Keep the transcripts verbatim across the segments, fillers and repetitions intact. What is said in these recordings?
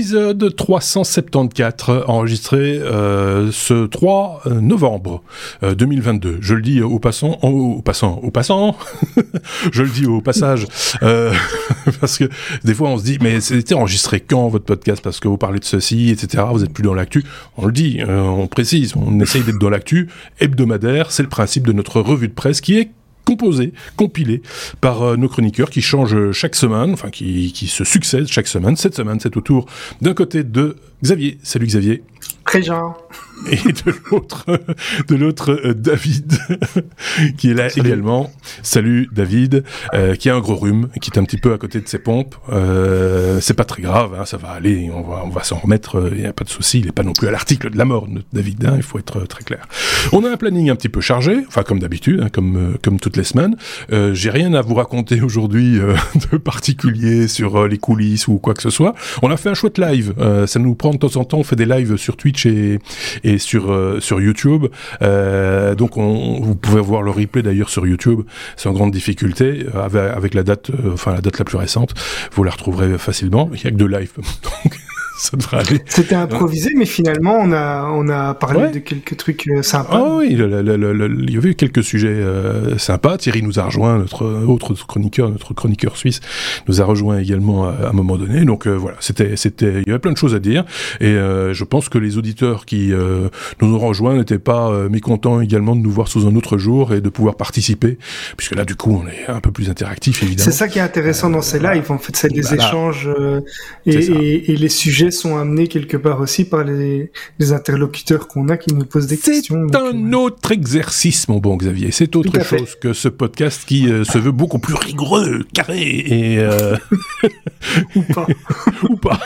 Épisode trois cent soixante-quatorze, enregistré euh, ce trois novembre euh, deux mille vingt-deux. Je le dis au passant, au, au passant, au passant, je le dis au passage, euh, parce que des fois on se dit, mais c'était enregistré quand votre podcast, parce que vous parlez de ceci, et cetera. Vous êtes plus dans l'actu. On le dit, euh, on précise, on essaye d'être dans l'actu hebdomadaire. C'est le principe de notre revue de presse qui est composé, compilé par euh, nos chroniqueurs qui changent chaque semaine, enfin qui, qui se succèdent chaque semaine. Cette semaine, c'est au tour d'un côté de Xavier. Salut Xavier. Préjean. Et de l'autre, de l'autre euh, David, qui est là Salut. également. Salut David, euh, qui a un gros rhume, qui est un petit peu à côté de ses pompes. Euh, c'est pas très grave, hein, ça va aller, on va, on va s'en remettre, il euh, n'y a pas de souci. Il est pas non plus à l'article de la mort, notre David, hein, il faut être euh, très clair. On a un planning un petit peu chargé, enfin comme d'habitude, hein, comme euh, comme toutes les semaines. Euh, j'ai rien à vous raconter aujourd'hui euh, de particulier sur euh, les coulisses ou quoi que ce soit. On a fait un chouette live, euh, ça nous prend de temps en temps, on fait des lives sur Twitch et et sur euh, sur YouTube. Euh, donc on, vous pouvez voir le replay d'ailleurs sur YouTube. C'est en grande difficulté euh, avec, avec la date, euh, enfin la date la plus récente. Vous la retrouverez facilement. Il y a que deux lives, donc ça devrait aller. C'était improvisé, mais finalement on a on a parlé ouais. de quelques trucs euh, sympas. Ah oui, le, le, le, le, il y avait quelques sujets euh, sympas. Thierry nous a rejoint, notre autre chroniqueur, notre chroniqueur suisse, nous a rejoint également à, à un moment donné. Donc euh, voilà, c'était c'était il y avait plein de choses à dire et euh, je pense que les auditeurs qui euh, nous ont rejoints n'étaient pas euh, mécontents également de nous voir sous un autre jour et de pouvoir participer, puisque là du coup on est un peu plus interactif évidemment. C'est ça qui est intéressant euh, dans ces lives, en fait, c'est des voilà. échanges euh, et, et, et les sujets sont amenés quelque part aussi par les, les interlocuteurs qu'on a qui nous posent des c'est questions. C'est un donc, autre exercice, mon bon Xavier. C'est autre chose fait. que ce podcast qui euh, se veut beaucoup plus rigoureux, carré et... Euh... Ou pas. Ou pas.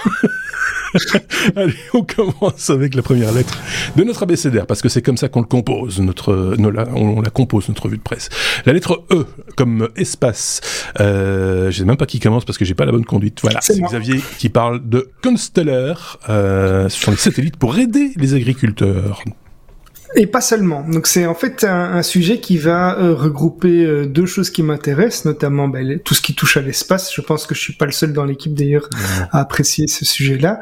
Allez, on commence avec la première lettre de notre abécédaire, parce que c'est comme ça qu'on le compose, notre, on, la, on la compose, notre revue de presse. La lettre E, comme espace. Euh, je sais même pas qui commence parce que j'ai pas la bonne conduite. Voilà, c'est, c'est Xavier qui parle de Constellar. Euh, ce sont les satellites pour aider les agriculteurs. Et pas seulement. Donc c'est en fait un, un sujet qui va euh, regrouper euh, deux choses qui m'intéressent, notamment ben, les, tout ce qui touche à l'espace. Je pense que je suis pas le seul dans l'équipe d'ailleurs ouais. à apprécier ce sujet-là.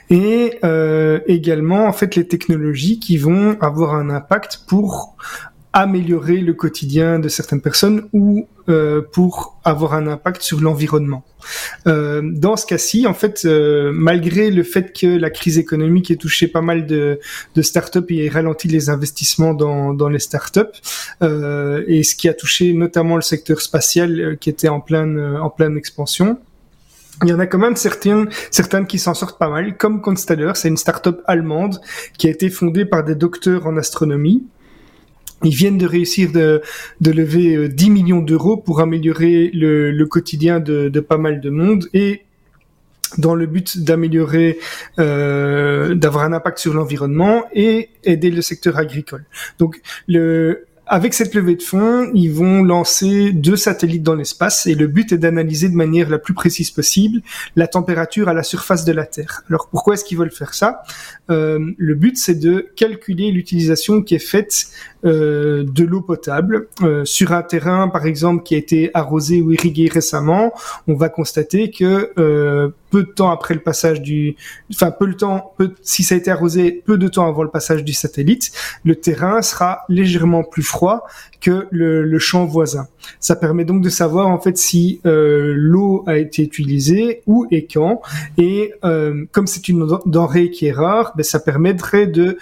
Et euh, également en fait les technologies qui vont avoir un impact pour améliorer le quotidien de certaines personnes ou euh, pour avoir un impact sur l'environnement. Euh, dans ce cas-ci, en fait, euh, malgré le fait que la crise économique ait touché pas mal de, de startups et ait ralenti les investissements dans, dans les startups, euh, et ce qui a touché notamment le secteur spatial euh, qui était en pleine, euh, en pleine expansion, il y en a quand même certaines, certaines qui s'en sortent pas mal, comme Constellar, c'est une startup allemande qui a été fondée par des docteurs en astronomie. Ils viennent de réussir de, de lever dix millions d'euros pour améliorer le, le quotidien de, de pas mal de monde et dans le but d'améliorer, euh, d'avoir un impact sur l'environnement et aider le secteur agricole. Donc, le, avec cette levée de fonds, ils vont lancer deux satellites dans l'espace et le but est d'analyser de manière la plus précise possible la température à la surface de la Terre. Alors pourquoi est-ce qu'ils veulent faire ça ? euh, Le but c'est de calculer l'utilisation qui est faite euh, de l'eau potable euh, sur un terrain par exemple qui a été arrosé ou irrigué récemment. On va constater que euh, peu de temps après le passage du, enfin peu de temps, peu, si ça a été arrosé peu de temps avant le passage du satellite, le terrain sera légèrement plus froid que le, le champ voisin. Ça permet donc de savoir en fait si euh, l'eau a été utilisée, où et quand. Et euh, comme c'est une denrée qui est rare, ben, ça permettrait de,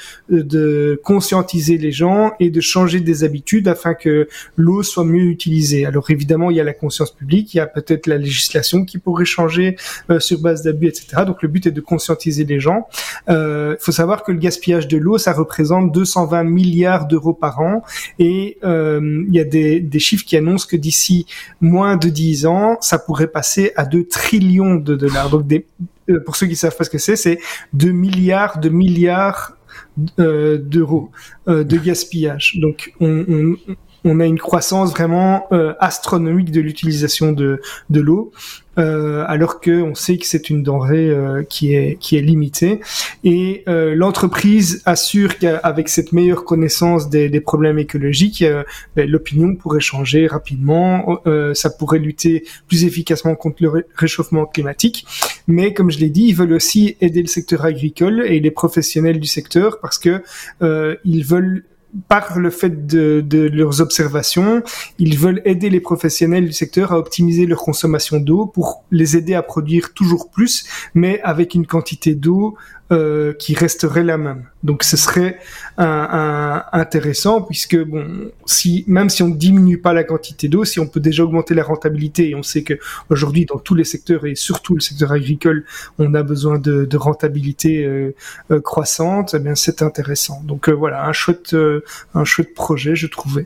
de conscientiser les gens et de changer des habitudes afin que l'eau soit mieux utilisée. Alors évidemment, il y a la conscience publique, il y a peut-être la législation qui pourrait changer euh, sur base d'abus, et cetera. Donc le but est de conscientiser les gens. Il euh, faut savoir que le gaspillage de l'eau, ça représente deux cent vingt milliards d'euros par an et euh, il y a des, des chiffres qui annoncent que d'ici moins de dix ans, ça pourrait passer à deux trillions de dollars. Donc des, euh, pour ceux qui savent pas ce que c'est, c'est deux milliards de milliards euh, d'euros euh, de gaspillage. Donc on, on on a une croissance vraiment euh, astronomique de l'utilisation de, de l'eau. Euh, alors que on sait que c'est une denrée euh, qui est qui est limitée, et euh, l'entreprise assure qu'avec cette meilleure connaissance des, des problèmes écologiques, euh, ben, l'opinion pourrait changer rapidement, euh, ça pourrait lutter plus efficacement contre le ré- réchauffement climatique. Mais comme je l'ai dit, ils veulent aussi aider le secteur agricole et les professionnels du secteur, parce que euh, ils veulent, par le fait de, de leurs observations, ils veulent aider les professionnels du secteur à optimiser leur consommation d'eau pour les aider à produire toujours plus, mais avec une quantité d'eau euh, qui resterait la même. Donc ce serait un, un, intéressant, puisque bon, si même si on ne diminue pas la quantité d'eau, si on peut déjà augmenter la rentabilité, et on sait que aujourd'hui dans tous les secteurs et surtout le secteur agricole, on a besoin de, de rentabilité euh, euh, croissante, eh bien c'est intéressant. Donc euh, voilà, un chouette euh, un chouette projet, je trouvais.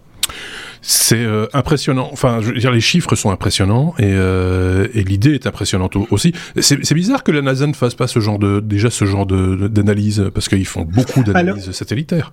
C'est euh, impressionnant. Enfin, je veux dire, les chiffres sont impressionnants et, euh, et l'idée est impressionnante aussi. C'est, c'est bizarre que la NASA ne fasse pas ce genre de déjà ce genre de d'analyse, parce qu'ils font beaucoup d'analyses Alors... satellitaires.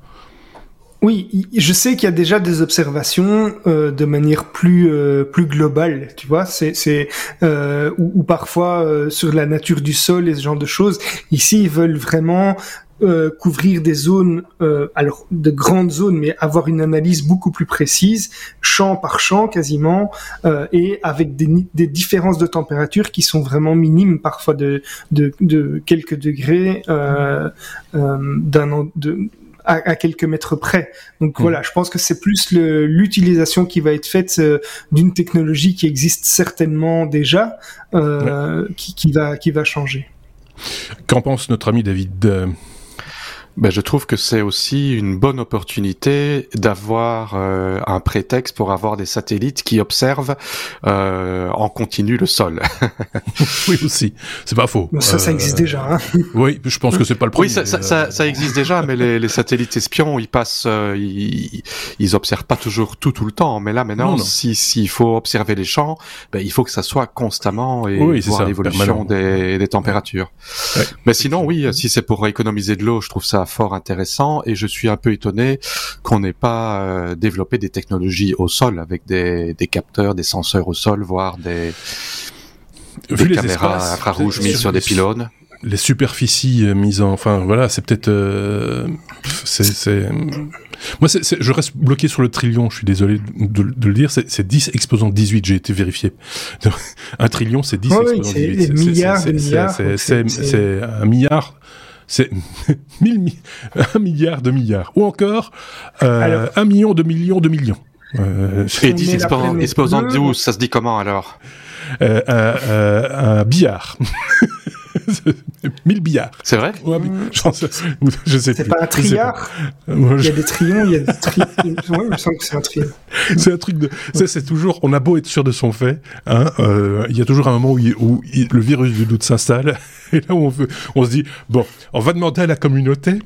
Oui, je sais qu'il y a déjà des observations euh, de manière plus euh, plus globale, tu vois, c'est c'est euh, ou, ou parfois euh, sur la nature du sol et ce genre de choses. Ici, ils veulent vraiment euh, couvrir des zones, euh, alors de grandes zones, mais avoir une analyse beaucoup plus précise, champ par champ quasiment, euh, et avec des, des différences de température qui sont vraiment minimes, parfois de de, de quelques degrés euh, euh, d'un de à, à quelques mètres près. Donc mmh. voilà, je pense que c'est plus le, l'utilisation qui va être faite euh, d'une technologie qui existe certainement déjà, euh, ouais. qui, qui va qui va changer. Qu'en pense notre ami David ? Ben, je trouve que c'est aussi une bonne opportunité d'avoir euh, un prétexte pour avoir des satellites qui observent euh, en continu le sol. Oui, aussi. C'est pas faux. Ça, euh, ça existe déjà. Hein. Oui, je pense que c'est pas le premier. Oui, ça, ça, ça, ça existe déjà, mais les, les satellites espions, ils passent, euh, ils, ils observent pas toujours tout tout le temps. Mais là, maintenant, non, non. si s'il faut observer les champs, ben il faut que ça soit constamment et oui, voir ça, l'évolution des, des températures. Ouais. Mais sinon, oui, si c'est pour économiser de l'eau, je trouve ça fort intéressant, et je suis un peu étonné qu'on n'ait pas euh, développé des technologies au sol avec des, des capteurs, des senseurs au sol, voire des, des caméras espaces, infrarouges mises sur des pylônes. Les superficies euh, mises en, enfin voilà, c'est peut-être, euh, c'est, c'est, moi c'est, c'est, je reste bloqué sur le trillion. Je suis désolé de, de, de le dire. C'est, c'est dix exposant dix-huit. J'ai été vérifié. Un trillion, c'est dix oh exposant oui, dix-huit. C'est, c'est, milliards, c'est, milliards, c'est, c'est, c'est, c'est un milliard. C'est mille, un milliard de milliards. Ou encore, euh, alors, un million de millions de millions. Euh, et dix exposant, exposant douze, ça se dit comment alors? euh, un, euh, un billard. mille billards. C'est vrai? Ouais, je, je sais c'est plus. pas un triard? Moi, je... Il y a des trions, il y a des tri... ouais, il me semble que c'est un trion. C'est un truc de, ça, c'est toujours, on a beau être sûr de son fait, hein, euh, il y a toujours un moment où, il, où il, le virus du doute s'installe, et là où on veut, on se dit, bon, on va demander à la communauté.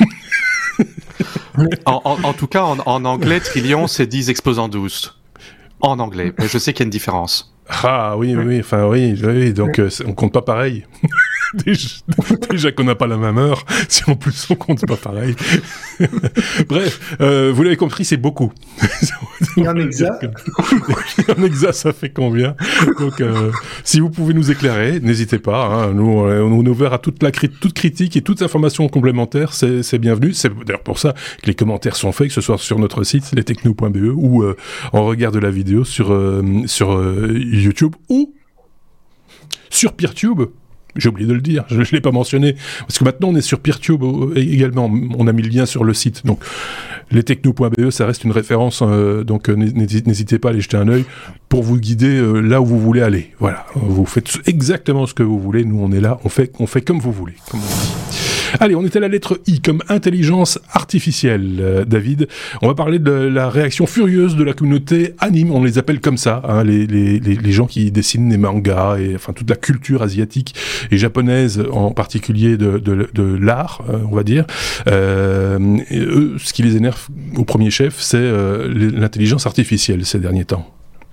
en, en, en tout cas, en, en anglais, trillion, c'est dix exposant douze. En anglais. Mais je sais qu'il y a une différence. Ah, oui, oui, enfin, oui, oui, donc, euh, on compte pas pareil. Déjà, déjà qu'on n'a pas la même heure, si en plus on compte pas pareil. Bref, euh, vous l'avez compris, c'est beaucoup. Et en exa, en exa, ça fait combien? Donc, euh, si vous pouvez nous éclairer, n'hésitez pas. Hein, nous, on est ouvert à toute la cri- toute critique et toute information complémentaire, c'est, c'est bienvenu. C'est d'ailleurs pour ça que les commentaires sont faits, que ce soit sur notre site lestechno point b e ou euh, en regard de la vidéo sur euh, sur euh, YouTube ou sur Peertube. J'ai oublié de le dire, je ne l'ai pas mentionné, parce que maintenant on est sur Peertube également, on a mis le lien sur le site, donc lestechno point b e, ça reste une référence, euh, donc euh, n'hésitez pas à aller jeter un œil pour vous guider euh, là où vous voulez aller. Voilà, vous faites exactement ce que vous voulez, nous on est là, on fait, on fait comme vous voulez, comme on dit. Allez, on est à la lettre I, comme intelligence artificielle, euh, David. On va parler de la réaction furieuse de la communauté anime, on les appelle comme ça, hein, les, les, les, les gens qui dessinent les mangas, et enfin toute la culture asiatique et japonaise, en particulier de, de, de l'art, euh, on va dire. Euh, et eux, ce qui les énerve au premier chef, c'est euh, l'intelligence artificielle ces derniers temps.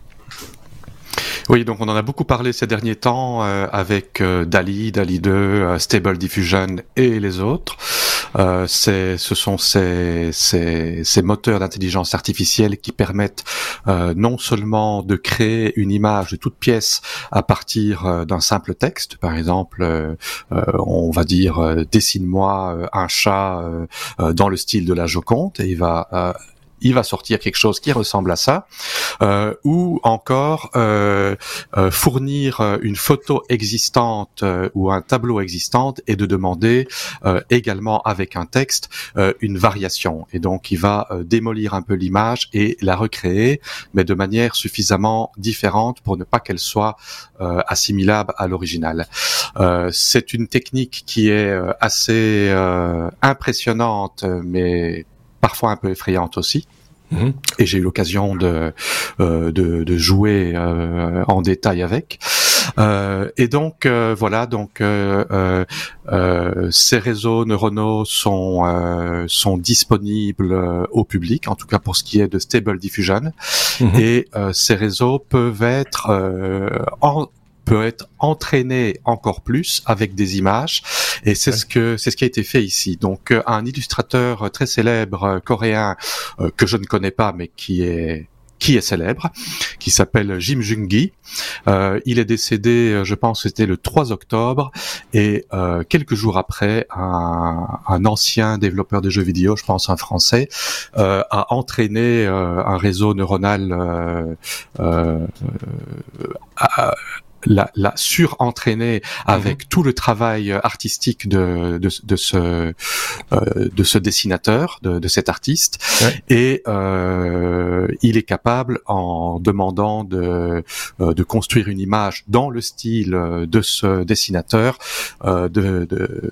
Oui, donc on en a beaucoup parlé ces derniers temps euh, avec euh, D A L L-E, D A L L-E deux, euh, Stable Diffusion et les autres. Euh, c'est, ce sont ces, ces, ces moteurs d'intelligence artificielle qui permettent euh, non seulement de créer une image de toute pièce à partir euh, d'un simple texte, par exemple, euh, euh, on va dire euh, dessine-moi euh, un chat euh, euh, dans le style de la Joconde, et il va euh, il va sortir quelque chose qui ressemble à ça, euh, ou encore euh, euh, fournir une photo existante euh, ou un tableau existant et de demander euh, également avec un texte euh, une variation. Et donc il va euh, démolir un peu l'image et la recréer, mais de manière suffisamment différente pour ne pas qu'elle soit euh, assimilable à l'original. Euh, c'est une technique qui est euh, assez euh, impressionnante, mais parfois un peu effrayante aussi. Mmh. Et j'ai eu l'occasion de, euh, de, de jouer euh, en détail avec. Euh, et donc euh, voilà, donc euh, euh, euh, ces réseaux neuronaux sont euh, sont disponibles euh, au public, en tout cas pour ce qui est de Stable Diffusion. Mmh. Et euh, ces réseaux peuvent être euh, en peut être entraîné encore plus avec des images, et c'est ouais. ce que c'est ce qui a été fait ici. Donc euh, un illustrateur très célèbre euh, coréen euh, que je ne connais pas mais qui est qui est célèbre, qui s'appelle Jim Jungi. Euh, il est décédé, je pense que c'était le trois octobre, et euh, quelques jours après, un, un ancien développeur de jeux vidéo, je pense un Français, euh, a entraîné euh, un réseau neuronal euh, euh, à, la, la surentraîner avec mmh. tout le travail artistique de, de, de ce euh, de ce dessinateur, de, de cet artiste, ouais. et euh, il est capable, en demandant de de construire une image dans le style de ce dessinateur, euh, de, de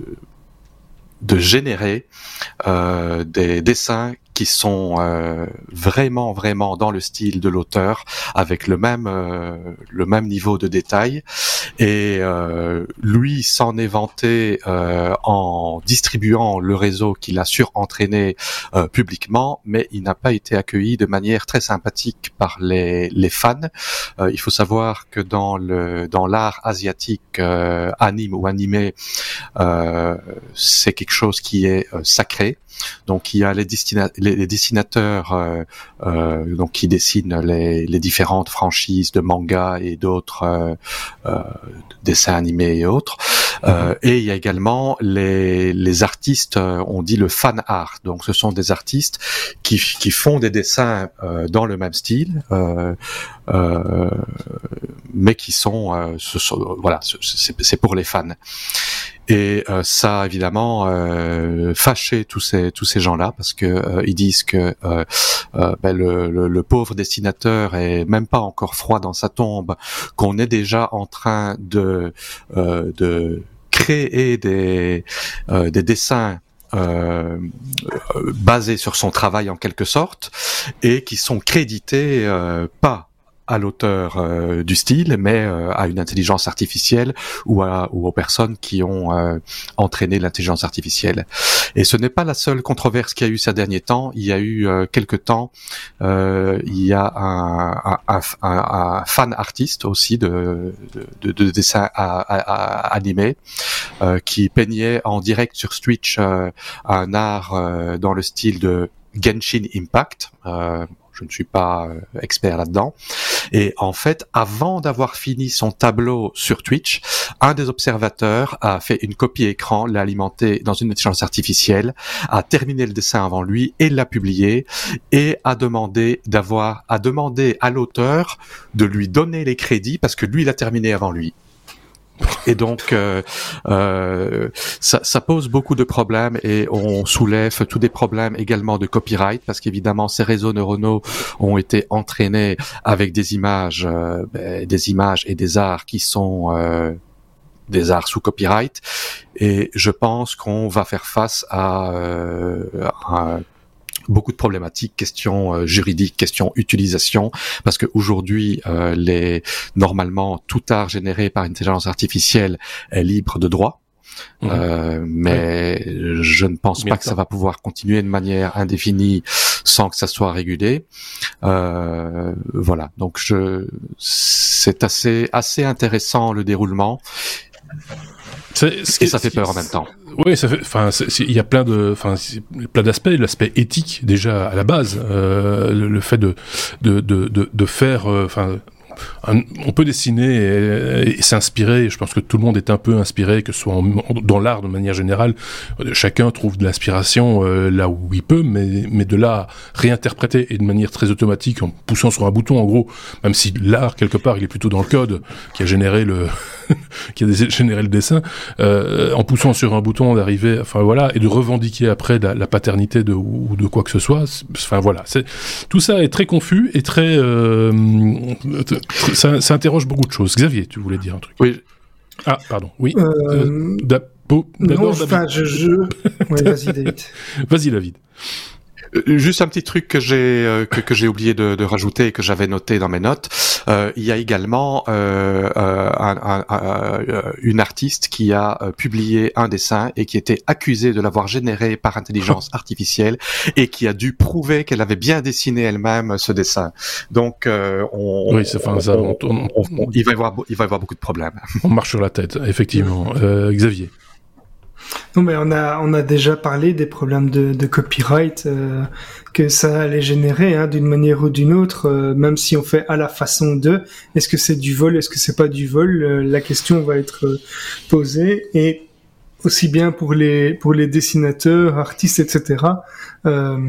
de générer euh, des dessins qui sont euh, vraiment vraiment dans le style de l'auteur, avec le même euh, le même niveau de détail. Et euh, lui s'en est vanté euh, en distribuant le réseau qu'il a surentraîné euh, publiquement, mais il n'a pas été accueilli de manière très sympathique par les les fans. Euh, il faut savoir que dans le dans l'art asiatique, euh, anime ou animé, euh, c'est quelque chose qui est euh, sacré. Donc il y a les, destina- les, les dessinateurs euh, euh, donc qui dessinent les, les différentes franchises de manga et d'autres euh, euh, dessins animés et autres. Mmh. Euh, et il y a également les, les artistes, euh, on dit le fan art. Donc ce sont des artistes qui, qui font des dessins euh, dans le même style, euh, euh, mais qui sont, euh, ce sont voilà, c'est, c'est pour les fans. Et euh, ça a évidemment euh, fâché tous ces tous ces gens-là, parce que euh, ils disent que euh, euh, ben le, le, le pauvre dessinateur est même pas encore froid dans sa tombe, qu'on est déjà en train de euh, de créer des euh, des dessins Euh, basés sur son travail en quelque sorte, et qui sont crédités euh, pas à l'auteur euh, du style, mais euh, à une intelligence artificielle ou, à, ou aux personnes qui ont euh, entraîné l'intelligence artificielle. Et ce n'est pas la seule controverse qu'il y a eu ces derniers temps. Il y a eu euh, quelque temps, euh, il y a un, un, un, un, un fan artiste aussi de, de, de dessins à, à, à, animés euh, qui peignait en direct sur Twitch euh, un art euh, dans le style de Genshin Impact. Euh, je ne suis pas euh, expert là-dedans. Et en fait, avant d'avoir fini son tableau sur Twitch, un des observateurs a fait une copie écran, l'a alimenté dans une intelligence artificielle, a terminé le dessin avant lui et l'a publié, et a demandé d'avoir, a demandé à l'auteur de lui donner les crédits parce que lui, il a terminé avant lui. Et donc, euh, euh, ça, ça pose beaucoup de problèmes, et on soulève tous des problèmes également de copyright, parce qu'évidemment, ces réseaux neuronaux ont été entraînés avec des images, euh, des images et des arts qui sont euh, des arts sous copyright. Et je pense qu'on va faire face à, euh, à beaucoup de problématiques, questions euh, juridiques, questions utilisation, parce que aujourd'hui, euh, les normalement tout art généré par intelligence artificielle est libre de droit. Mmh. Euh, mais ouais. je ne pense Bien pas que ça va pouvoir continuer de manière indéfinie sans que ça soit régulé. Euh, voilà. Donc je, c'est assez assez intéressant le déroulement. C'est, et ça fait peur en même temps. Oui, ça fait. Enfin, il y a plein de, enfin, plein d'aspects. L'aspect éthique déjà à la base, euh, le, le fait de de de de, de faire, enfin. Euh, Un, on peut dessiner et, et s'inspirer. Je pense que tout le monde est un peu inspiré, que ce soit en, dans l'art de manière générale. Chacun trouve de l'inspiration euh, là où il peut, mais, mais de là à réinterpréter et de manière très automatique en poussant sur un bouton, en gros, même si l'art quelque part il est plutôt dans le code qui a généré le qui a généré le dessin, euh, en poussant sur un bouton d'arriver, enfin voilà, et de revendiquer après la, la paternité de ou de quoi que ce soit. Enfin voilà, c'est, tout ça est très confus et très euh, Ça, ça interroge beaucoup de choses. Xavier, tu voulais dire un truc? Oui. Ah, pardon. Oui. Euh... Euh, d'abord, non, enfin, je, je... Ouais, vas-y, David. Vas-y, David. Juste un petit truc que j'ai euh, que, que j'ai oublié de, de rajouter et que j'avais noté dans mes notes. Euh, il y a également euh, euh, un, un, un, une artiste qui a euh, publié un dessin et qui était accusée de l'avoir généré par intelligence artificielle et qui a dû prouver qu'elle avait bien dessiné elle-même ce dessin. Donc, euh, on, oui, c'est enfin ça. On, on, on, on, il va y avoir il va y avoir beaucoup de problèmes. On marche sur la tête, effectivement. Euh, Xavier. Non, mais on a on a déjà parlé des problèmes de, de copyright euh, que ça allait générer hein, d'une manière ou d'une autre, euh, même si on fait à la façon de. Est-ce que c'est du vol, est-ce que c'est pas du vol euh, La question va être euh, posée et aussi bien pour les pour les dessinateurs, artistes, et cetera. Euh,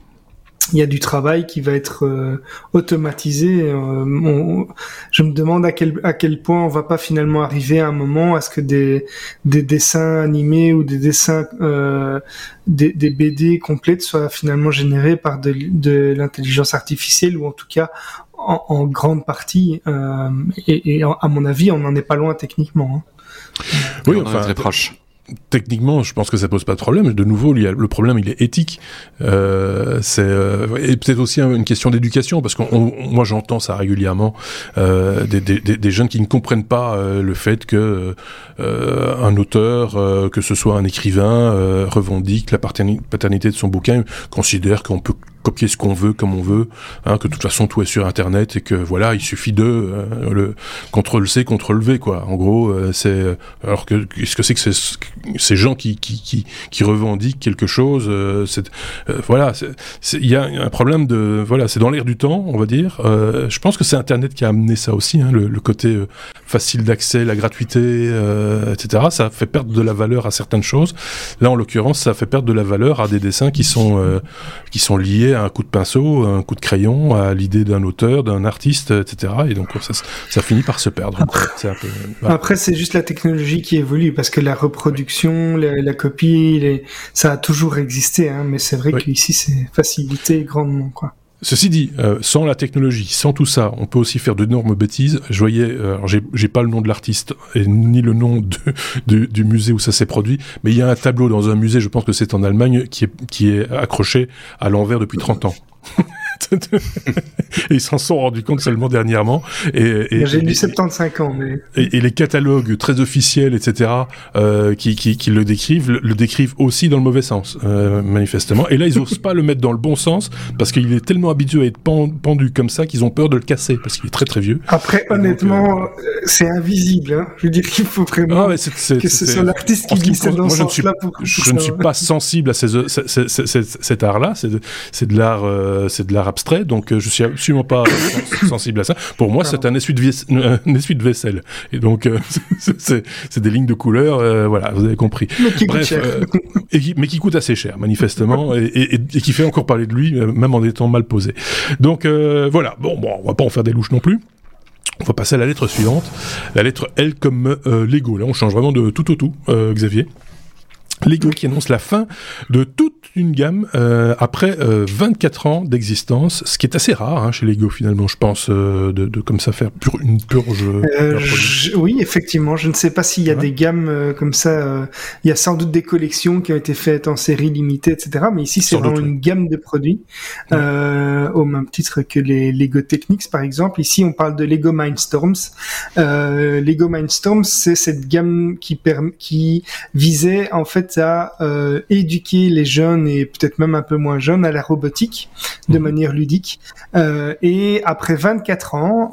il y a du travail qui va être euh, automatisé. Euh, on, je me demande à quel à quel point on va pas finalement arriver à un moment à ce que des des dessins animés ou des dessins euh, des, des B D complètes soient finalement générés par de, de l'intelligence artificielle ou en tout cas en, en grande partie. Euh, et, et à mon avis, on n'en est pas loin techniquement. Hein. Oui, on enfin, est très proche. Techniquement, je pense que ça pose pas de problème. De nouveau, il y a, le problème, il est éthique. Euh, c'est euh, et peut-être aussi une question d'éducation, parce que moi, j'entends ça régulièrement euh, des, des, des jeunes qui ne comprennent pas euh, le fait que euh, un auteur, euh, que ce soit un écrivain, euh, revendique la paternité de son bouquin, considère qu'on peut copier ce qu'on veut comme on veut, hein, que de toute façon tout est sur internet et que voilà, il suffit de euh, le contrôle C, contrôle V quoi. En gros, euh, c'est alors que qu'est-ce que c'est que ces, ces gens qui qui qui qui revendiquent quelque chose, euh, c'est euh, voilà, il y a un problème de voilà, c'est dans l'air du temps, on va dire. Euh, je pense que c'est internet qui a amené ça aussi, hein, le, le côté euh, facile d'accès, la gratuité, euh, et cetera. Ça fait perdre de la valeur à certaines choses. Là, en l'occurrence, ça fait perdre de la valeur à des dessins qui sont euh, qui sont liés à un coup de pinceau, à un coup de crayon, à l'idée d'un auteur, d'un artiste, et cetera. Et donc ça, ça finit par se perdre. Après, c'est, un peu, voilà. Après, c'est juste la technologie qui évolue, parce que la reproduction, la, la copie, les... ça a toujours existé, hein, mais c'est vrai oui. qu'ici c'est facilité grandement, quoi. Ceci dit, euh, sans la technologie, sans tout ça, on peut aussi faire d'énormes bêtises. Je voyais, euh, alors j'ai, j'ai pas le nom de l'artiste et ni le nom de, de, du musée où ça s'est produit, mais il y a un tableau dans un musée, je pense que c'est en Allemagne, qui est, qui est accroché à l'envers depuis trente ans. Et ils s'en sont rendus compte seulement dernièrement. Et, et, J'ai lu et, soixante-quinze ans, mais... Et, et les catalogues très officiels, et cetera, euh, qui, qui, qui le décrivent, le, le décrivent aussi dans le mauvais sens, euh, manifestement. Et là, ils osent pas le mettre dans le bon sens, parce qu'il est tellement habitué à être pendu comme ça qu'ils ont peur de le casser, parce qu'il est très très vieux. Après, et honnêtement, donc, euh... c'est invisible. Hein. Je veux dire qu'il faut vraiment ah, ouais, c'est, c'est, que ce soit l'artiste qui glisse dans ce sens-là. Pour je ça, ne suis ouais. pas sensible à ces, ces, ces, ces, ces, cet art-là. C'est de, c'est de l'art, euh, c'est de l'art abstrait, donc euh, je suis absolument pas sensible à ça. Pour moi, c'est un essuie de vaisselle, un essuie de vaisselle. Et donc, euh, c'est, c'est, c'est des lignes de couleur, euh, voilà, vous avez compris. Mais qui Bref, coûte cher. Euh, et qui, mais qui coûte assez cher, manifestement, et, et, et qui fait encore parler de lui, même en étant mal posé. Donc euh, voilà. Bon, bon, on va pas en faire des louches non plus. On va passer à la lettre suivante, la lettre L comme euh, Lego. Là, on change vraiment de tout au tout, euh, Xavier. Lego qui annonce la fin de toute une gamme euh, après euh, vingt-quatre ans d'existence, ce qui est assez rare hein, chez Lego finalement, je pense, euh, de, de comme ça faire pur, une purge. Euh, je, oui, effectivement, je ne sais pas s'il y a ouais. des gammes euh, comme ça. Euh, il y a sans doute des collections qui ont été faites en série limitée, et cetera. Mais ici, c'est sans vraiment doute, une oui. gamme de produits, ouais. euh, au même titre que les Lego Technics, par exemple. Ici, on parle de Lego Mindstorms. Euh, Lego Mindstorms, c'est cette gamme qui permet, qui visait en fait à euh, éduquer les jeunes et peut-être même un peu moins jeunes à la robotique de mmh. manière ludique. Euh, et après vingt-quatre ans, euh,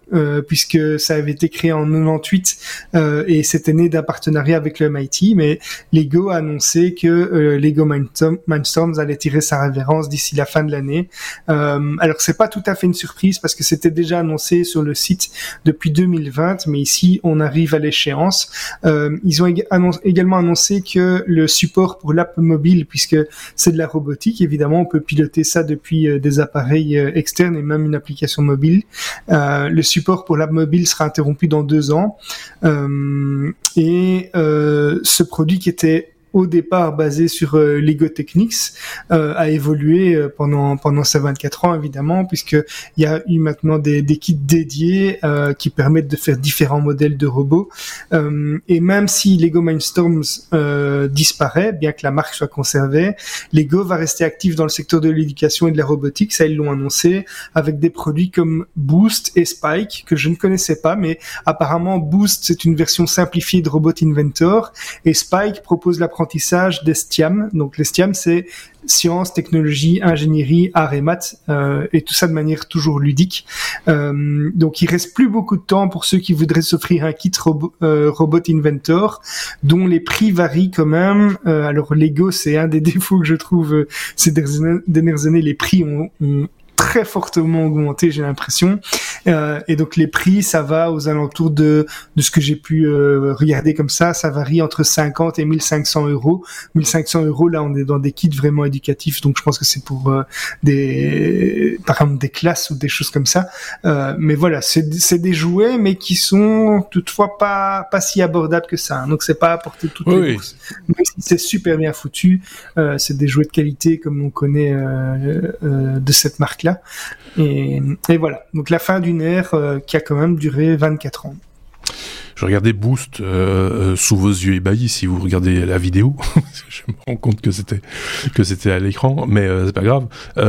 euh, puisque ça avait été créé en quatre-vingt-dix-huit euh, et c'était né d'un partenariat avec le M I T, mais Lego a annoncé que euh, Lego Mindstorm, Mindstorms allait tirer sa révérence d'ici la fin de l'année. Euh, alors c'est pas tout à fait une surprise parce que c'était déjà annoncé sur le site depuis deux mille vingt, mais ici on arrive à l'échéance. Euh, ils ont ég- annonc- également annoncé que le support pour l'app mobile, puisque c'est de la robotique, évidemment on peut piloter ça depuis euh, des appareils euh, externes et même une application mobile. Euh, le support pour l'app mobile sera interrompu dans deux ans. Euh, et euh, ce produit qui était au départ basé sur euh, Lego Technics euh, a évolué euh, pendant pendant ces vingt-quatre ans évidemment, puisque il y a eu maintenant des, des kits dédiés euh, qui permettent de faire différents modèles de robots, euh, et même si Lego Mindstorms euh, disparaît, bien que la marque soit conservée, Lego va rester actif dans le secteur de l'éducation et de la robotique, ça ils l'ont annoncé, avec des produits comme Boost et Spike que je ne connaissais pas, mais apparemment Boost c'est une version simplifiée de Robot Inventor et Spike propose l'apprentissage des STIAM. Donc les STIAM, c'est sciences, technologie, ingénierie, arts et maths, euh, et tout ça de manière toujours ludique. Euh, donc il reste plus beaucoup de temps pour ceux qui voudraient s'offrir un kit Robo, euh, Robot Inventor, dont les prix varient quand même. Euh, alors Lego, c'est un des défauts que je trouve euh, ces dernières années, les prix ont, ont très fortement augmenté, j'ai l'impression. Euh, et donc les prix, ça va aux alentours de de ce que j'ai pu euh, regarder comme ça, ça varie entre cinquante et mille cinq cents euros. mille cinq cents euros, là, on est dans des kits vraiment éducatifs, donc je pense que c'est pour euh, des, par exemple, des classes ou des choses comme ça. Euh, mais voilà, c'est c'est des jouets, mais qui sont toutefois pas pas si abordables que ça. Hein. Donc c'est pas à porter toutes oui, les bourses. Mais c'est super bien foutu. Euh, c'est des jouets de qualité comme on connaît euh, euh, de cette marque-là. Et, et voilà, donc la fin d'une ère euh, qui a quand même duré vingt-quatre ans. Je regardais Boost euh, sous vos yeux ébahis si vous regardez la vidéo. Je me rends compte que c'était que c'était à l'écran, mais euh, c'est pas grave.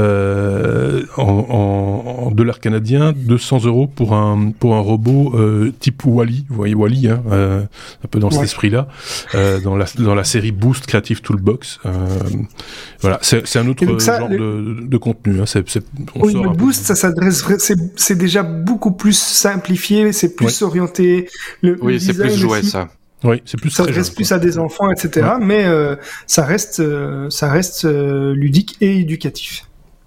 Euh, en, en, en dollars canadiens, deux cents euros pour un pour un robot euh, type Wall-E. Vous voyez Wall-E, hein, euh, un peu dans cet ouais. esprit-là, euh, dans la dans la série Boost Creative Toolbox. Euh, voilà, c'est c'est un autre ça, genre le... de, de contenu. Hein. C'est, c'est, on oui, sort le Boost, peu... ça s'adresse, c'est c'est déjà beaucoup plus simplifié, c'est plus ouais. orienté. Le, oui, c'est plus jouet, aussi, ça. Oui, c'est plus ça reste plus à des enfants, et cetera. Ouais. Mais euh, ça reste, euh, ça reste euh, ludique et éducatif.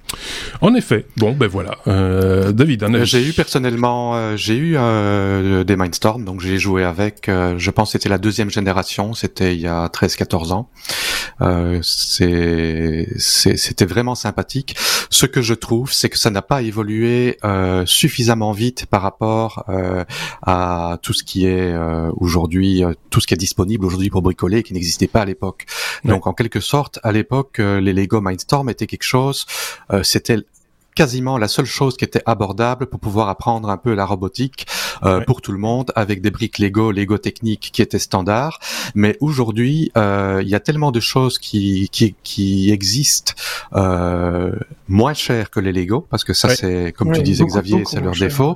En effet. Bon, ben voilà. Euh, David, un avis. J'ai eu personnellement, euh, j'ai eu euh, des Mindstorm, donc j'ai joué avec. Euh, je pense que c'était la deuxième génération. C'était il y a treize quatorze ans. Euh, c'est, c'est, c'était vraiment sympathique. Ce que je trouve, c'est que ça n'a pas évolué euh, suffisamment vite par rapport euh, à tout ce qui est euh, aujourd'hui, euh, tout ce qui est disponible aujourd'hui pour bricoler et qui n'existait pas à l'époque. Ouais. Donc en quelque sorte, à l'époque, euh, les Lego Mindstorm étaient quelque chose. Euh, c'était quasiment la seule chose qui était abordable pour pouvoir apprendre un peu la robotique euh, ouais. pour tout le monde, avec des briques Lego, Lego techniques qui étaient standards. Mais aujourd'hui, euh, il y a tellement de choses qui qui, qui existent euh, moins chères que les Lego, parce que ça ouais. c'est, comme ouais, tu disais beaucoup, Xavier, beaucoup c'est leur cher. défaut.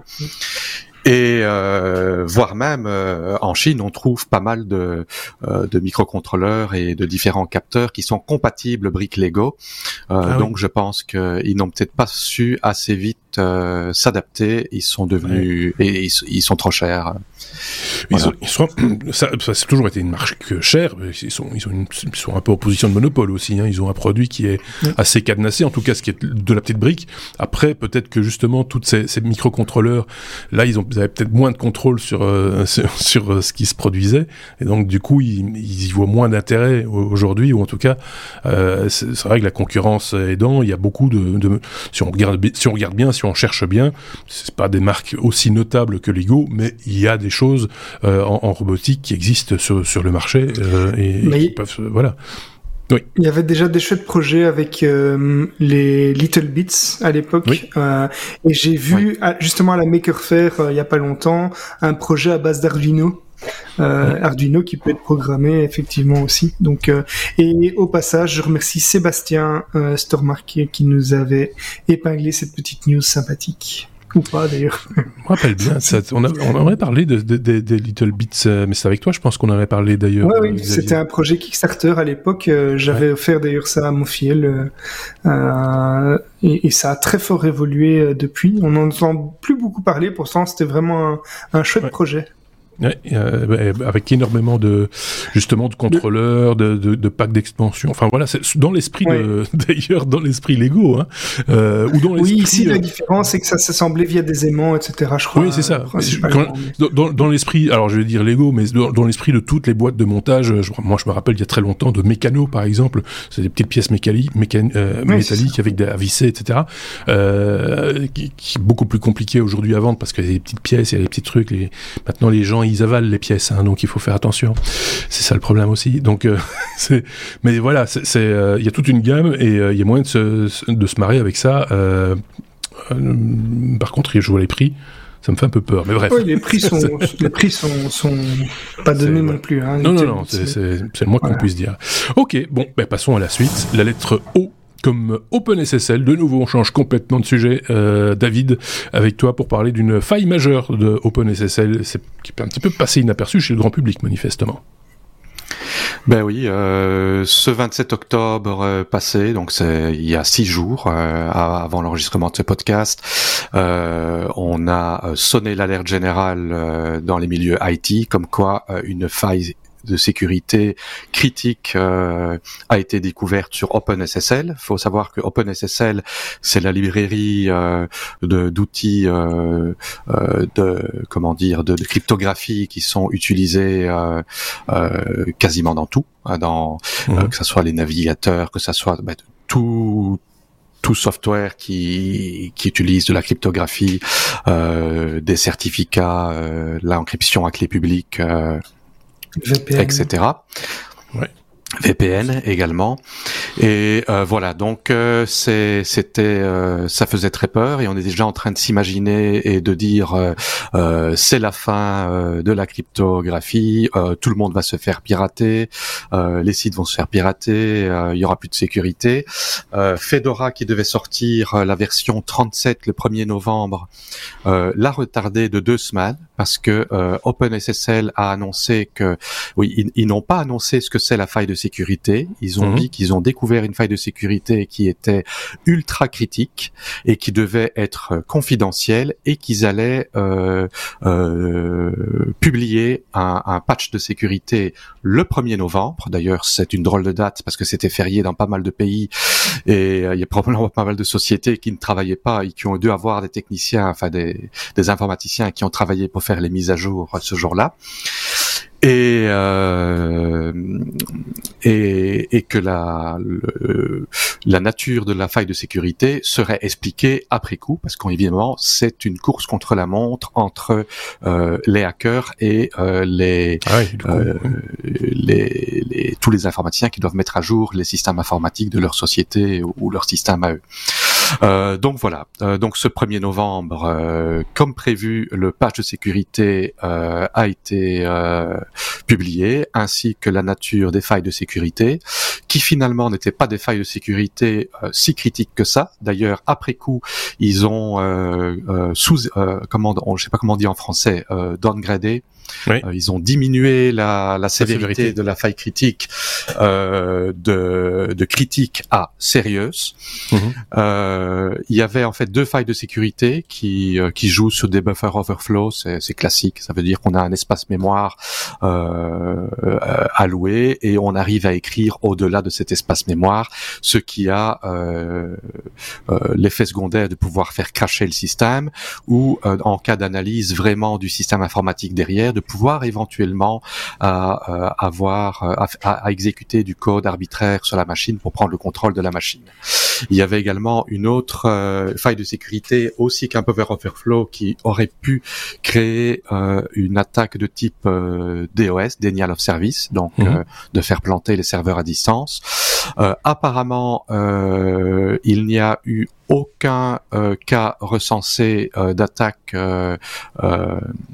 Et euh, voire même euh, en Chine, on trouve pas mal de, euh, de microcontrôleurs et de différents capteurs qui sont compatibles briques Lego. Euh, ah donc oui. je pense qu'ils n'ont peut-être pas su assez vite euh, s'adapter. Ils sont devenus ouais. et ils, ils sont trop chers. Voilà. Ils, sont, ils sont, ça, ça a toujours été une marque chère. Ils sont, ils sont, une, ils sont un peu en position de monopole aussi. Hein. Ils ont un produit qui est ouais. assez cadenassé, en tout cas ce qui est de la petite brique. Après, peut-être que justement toutes ces, ces microcontrôleurs, là, ils ont Ils avaient peut-être moins de contrôle sur euh, sur, sur euh, ce qui se produisait, et donc du coup ils, ils y voient moins d'intérêt aujourd'hui, ou en tout cas euh, c'est, c'est vrai que la concurrence aidant, il y a beaucoup de, de si on regarde si on regarde bien, si on cherche bien, c'est pas des marques aussi notables que Lego, mais il y a des choses euh, en, en robotique qui existent sur sur le marché euh, et, et qui peuvent euh, voilà. Oui. Il y avait déjà des chouettes projets avec euh, les Little Bits à l'époque, oui. euh, et j'ai vu oui. à, justement à la Maker Faire euh, il y a pas longtemps un projet à base d'Arduino. Euh, oui. Arduino qui peut être programmé effectivement aussi. Donc euh, et au passage, je remercie Sébastien euh, Stormark qui nous avait épinglé cette petite news sympathique. Ou pas d'ailleurs. me rappelle bien. Ça, on, a, on aurait parlé de, de, de, de Little Bits, euh, mais c'est avec toi, je pense qu'on en avait parlé d'ailleurs. Ouais, oui, euh, c'était un projet Kickstarter à l'époque. Euh, j'avais ouais. offert d'ailleurs ça à Mofiel. Euh, euh, et, et ça a très fort évolué euh, depuis. On n'en entend plus beaucoup parler. Pourtant, c'était vraiment un, un chouette ouais. projet. Ouais, euh, avec énormément de justement de contrôleurs, de, de, de packs d'expansion. Enfin voilà, c'est dans l'esprit ouais. de d'ailleurs dans l'esprit Lego, hein, euh, ou dans l'esprit. Oui, ici euh... la différence c'est que ça s'assemblait via des aimants, et cetera. Je crois. Oui, c'est ça. Quand, mais... dans, dans l'esprit, alors je vais dire Lego, mais dans, dans l'esprit de toutes les boîtes de montage. Je, moi, je me rappelle il y a très longtemps de Mécano, par exemple. C'est des petites pièces mécaniques, mécan, euh, oui, métalliques avec des à visser, et cetera. Euh, qui, qui est beaucoup plus compliqué aujourd'hui à vendre parce qu'il y a des petites pièces, il y a des petits trucs. Les... Maintenant, les gens ils avalent les pièces, hein, donc il faut faire attention. C'est ça le problème aussi. Donc, euh, c'est, mais voilà, c'est, c'est, euh, y a toute une gamme et il euh, y a moyen de se, de se marrer avec ça. Euh, euh, par contre, je vois les prix. Ça me fait un peu peur, mais bref. Oui, les prix sont, les prix sont, sont pas donnés non plus. Hein, non, non, non, c'est, c'est, c'est le moins voilà. qu'on puisse dire. Ok, bon, ben passons à la suite. La lettre O. Comme OpenSSL, de nouveau on change complètement de sujet. Euh, David, avec toi pour parler d'une faille majeure de OpenSSL, c'est, qui peut un petit peu passer inaperçu chez le grand public manifestement. Ben oui, euh, ce vingt-sept octobre euh, passé, donc c'est il y a six jours euh, avant l'enregistrement de ce podcast, euh, on a sonné l'alerte générale euh, dans les milieux I T, comme quoi euh, une faille de sécurité critique euh, a été découverte sur OpenSSL. Il faut savoir que OpenSSL, c'est la librairie euh, de, d'outils euh, euh, de comment dire de, de cryptographie qui sont utilisés euh, euh, quasiment dans tout, dans mmh. euh, que ça soit les navigateurs, que ça soit bah, tout tout software qui qui utilise de la cryptographie, euh, des certificats, euh, l'encryption à clé publique. Euh, V P N. et cetera. Ouais. V P N également. Et euh, voilà, donc euh, c'est, c'était, euh, ça faisait très peur et on est déjà en train de s'imaginer et de dire euh, euh, c'est la fin euh, de la cryptographie, euh, tout le monde va se faire pirater, euh, les sites vont se faire pirater, euh, il y aura plus de sécurité. Euh, Fedora qui devait sortir euh, la version trente-sept le premier novembre euh, l'a retardé de deux semaines parce que euh, OpenSSL a annoncé que oui, ils, ils n'ont pas annoncé ce que c'est la faille de sécurité. Ils ont mmh. dit qu'ils ont découvert une faille de sécurité qui était ultra critique et qui devait être confidentielle et qu'ils allaient euh, euh, publier un, un patch de sécurité le premier novembre. D'ailleurs, c'est une drôle de date parce que c'était férié dans pas mal de pays et euh, il y a probablement pas mal de sociétés qui ne travaillaient pas et qui ont dû avoir des techniciens, enfin des, des informaticiens qui ont travaillé pour faire les mises à jour ce jour-là. Et, euh, et et que la le, la nature de la faille de sécurité serait expliquée après coup, parce qu'évidemment c'est une course contre la montre entre euh, les hackers et euh, les, ah oui, euh, les les tous les informaticiens qui doivent mettre à jour les systèmes informatiques de leur société ou, ou leur système à eux. Euh, donc voilà, euh, donc ce premier novembre, euh, comme prévu, le patch de sécurité euh, a été euh, publié, ainsi que la nature des failles de sécurité, qui finalement n'étaient pas des failles de sécurité euh, si critiques que ça. D'ailleurs, après coup, ils ont euh, euh, sous, euh, comment, on, je sais pas comment on dit en français, euh, downgradé. Oui. Euh, ils ont diminué la, la sévérité, la sévérité de la faille critique euh, de, de critique à sérieuse. Mmh. Euh, il y avait en fait deux failles de sécurité qui euh, qui jouent sur des buffer overflow. C'est, c'est classique. Ça veut dire qu'on a un espace mémoire euh, euh, alloué et on arrive à écrire au-delà de cet espace mémoire, ce qui a euh, euh, l'effet secondaire de pouvoir faire crasher le système ou euh, en cas d'analyse vraiment du système informatique derrière, de pouvoir éventuellement euh, euh, avoir euh, à, à exécuter du code arbitraire sur la machine pour prendre le contrôle de la machine. Il y avait également une autre euh, faille de sécurité aussi qu'un buffer overflow qui aurait pu créer euh, une attaque de type euh, D O S, Denial of Service, donc mmh. euh, de faire planter les serveurs à distance. Euh, apparemment, euh, il n'y a eu aucun euh, cas recensé euh, d'attaque euh, euh,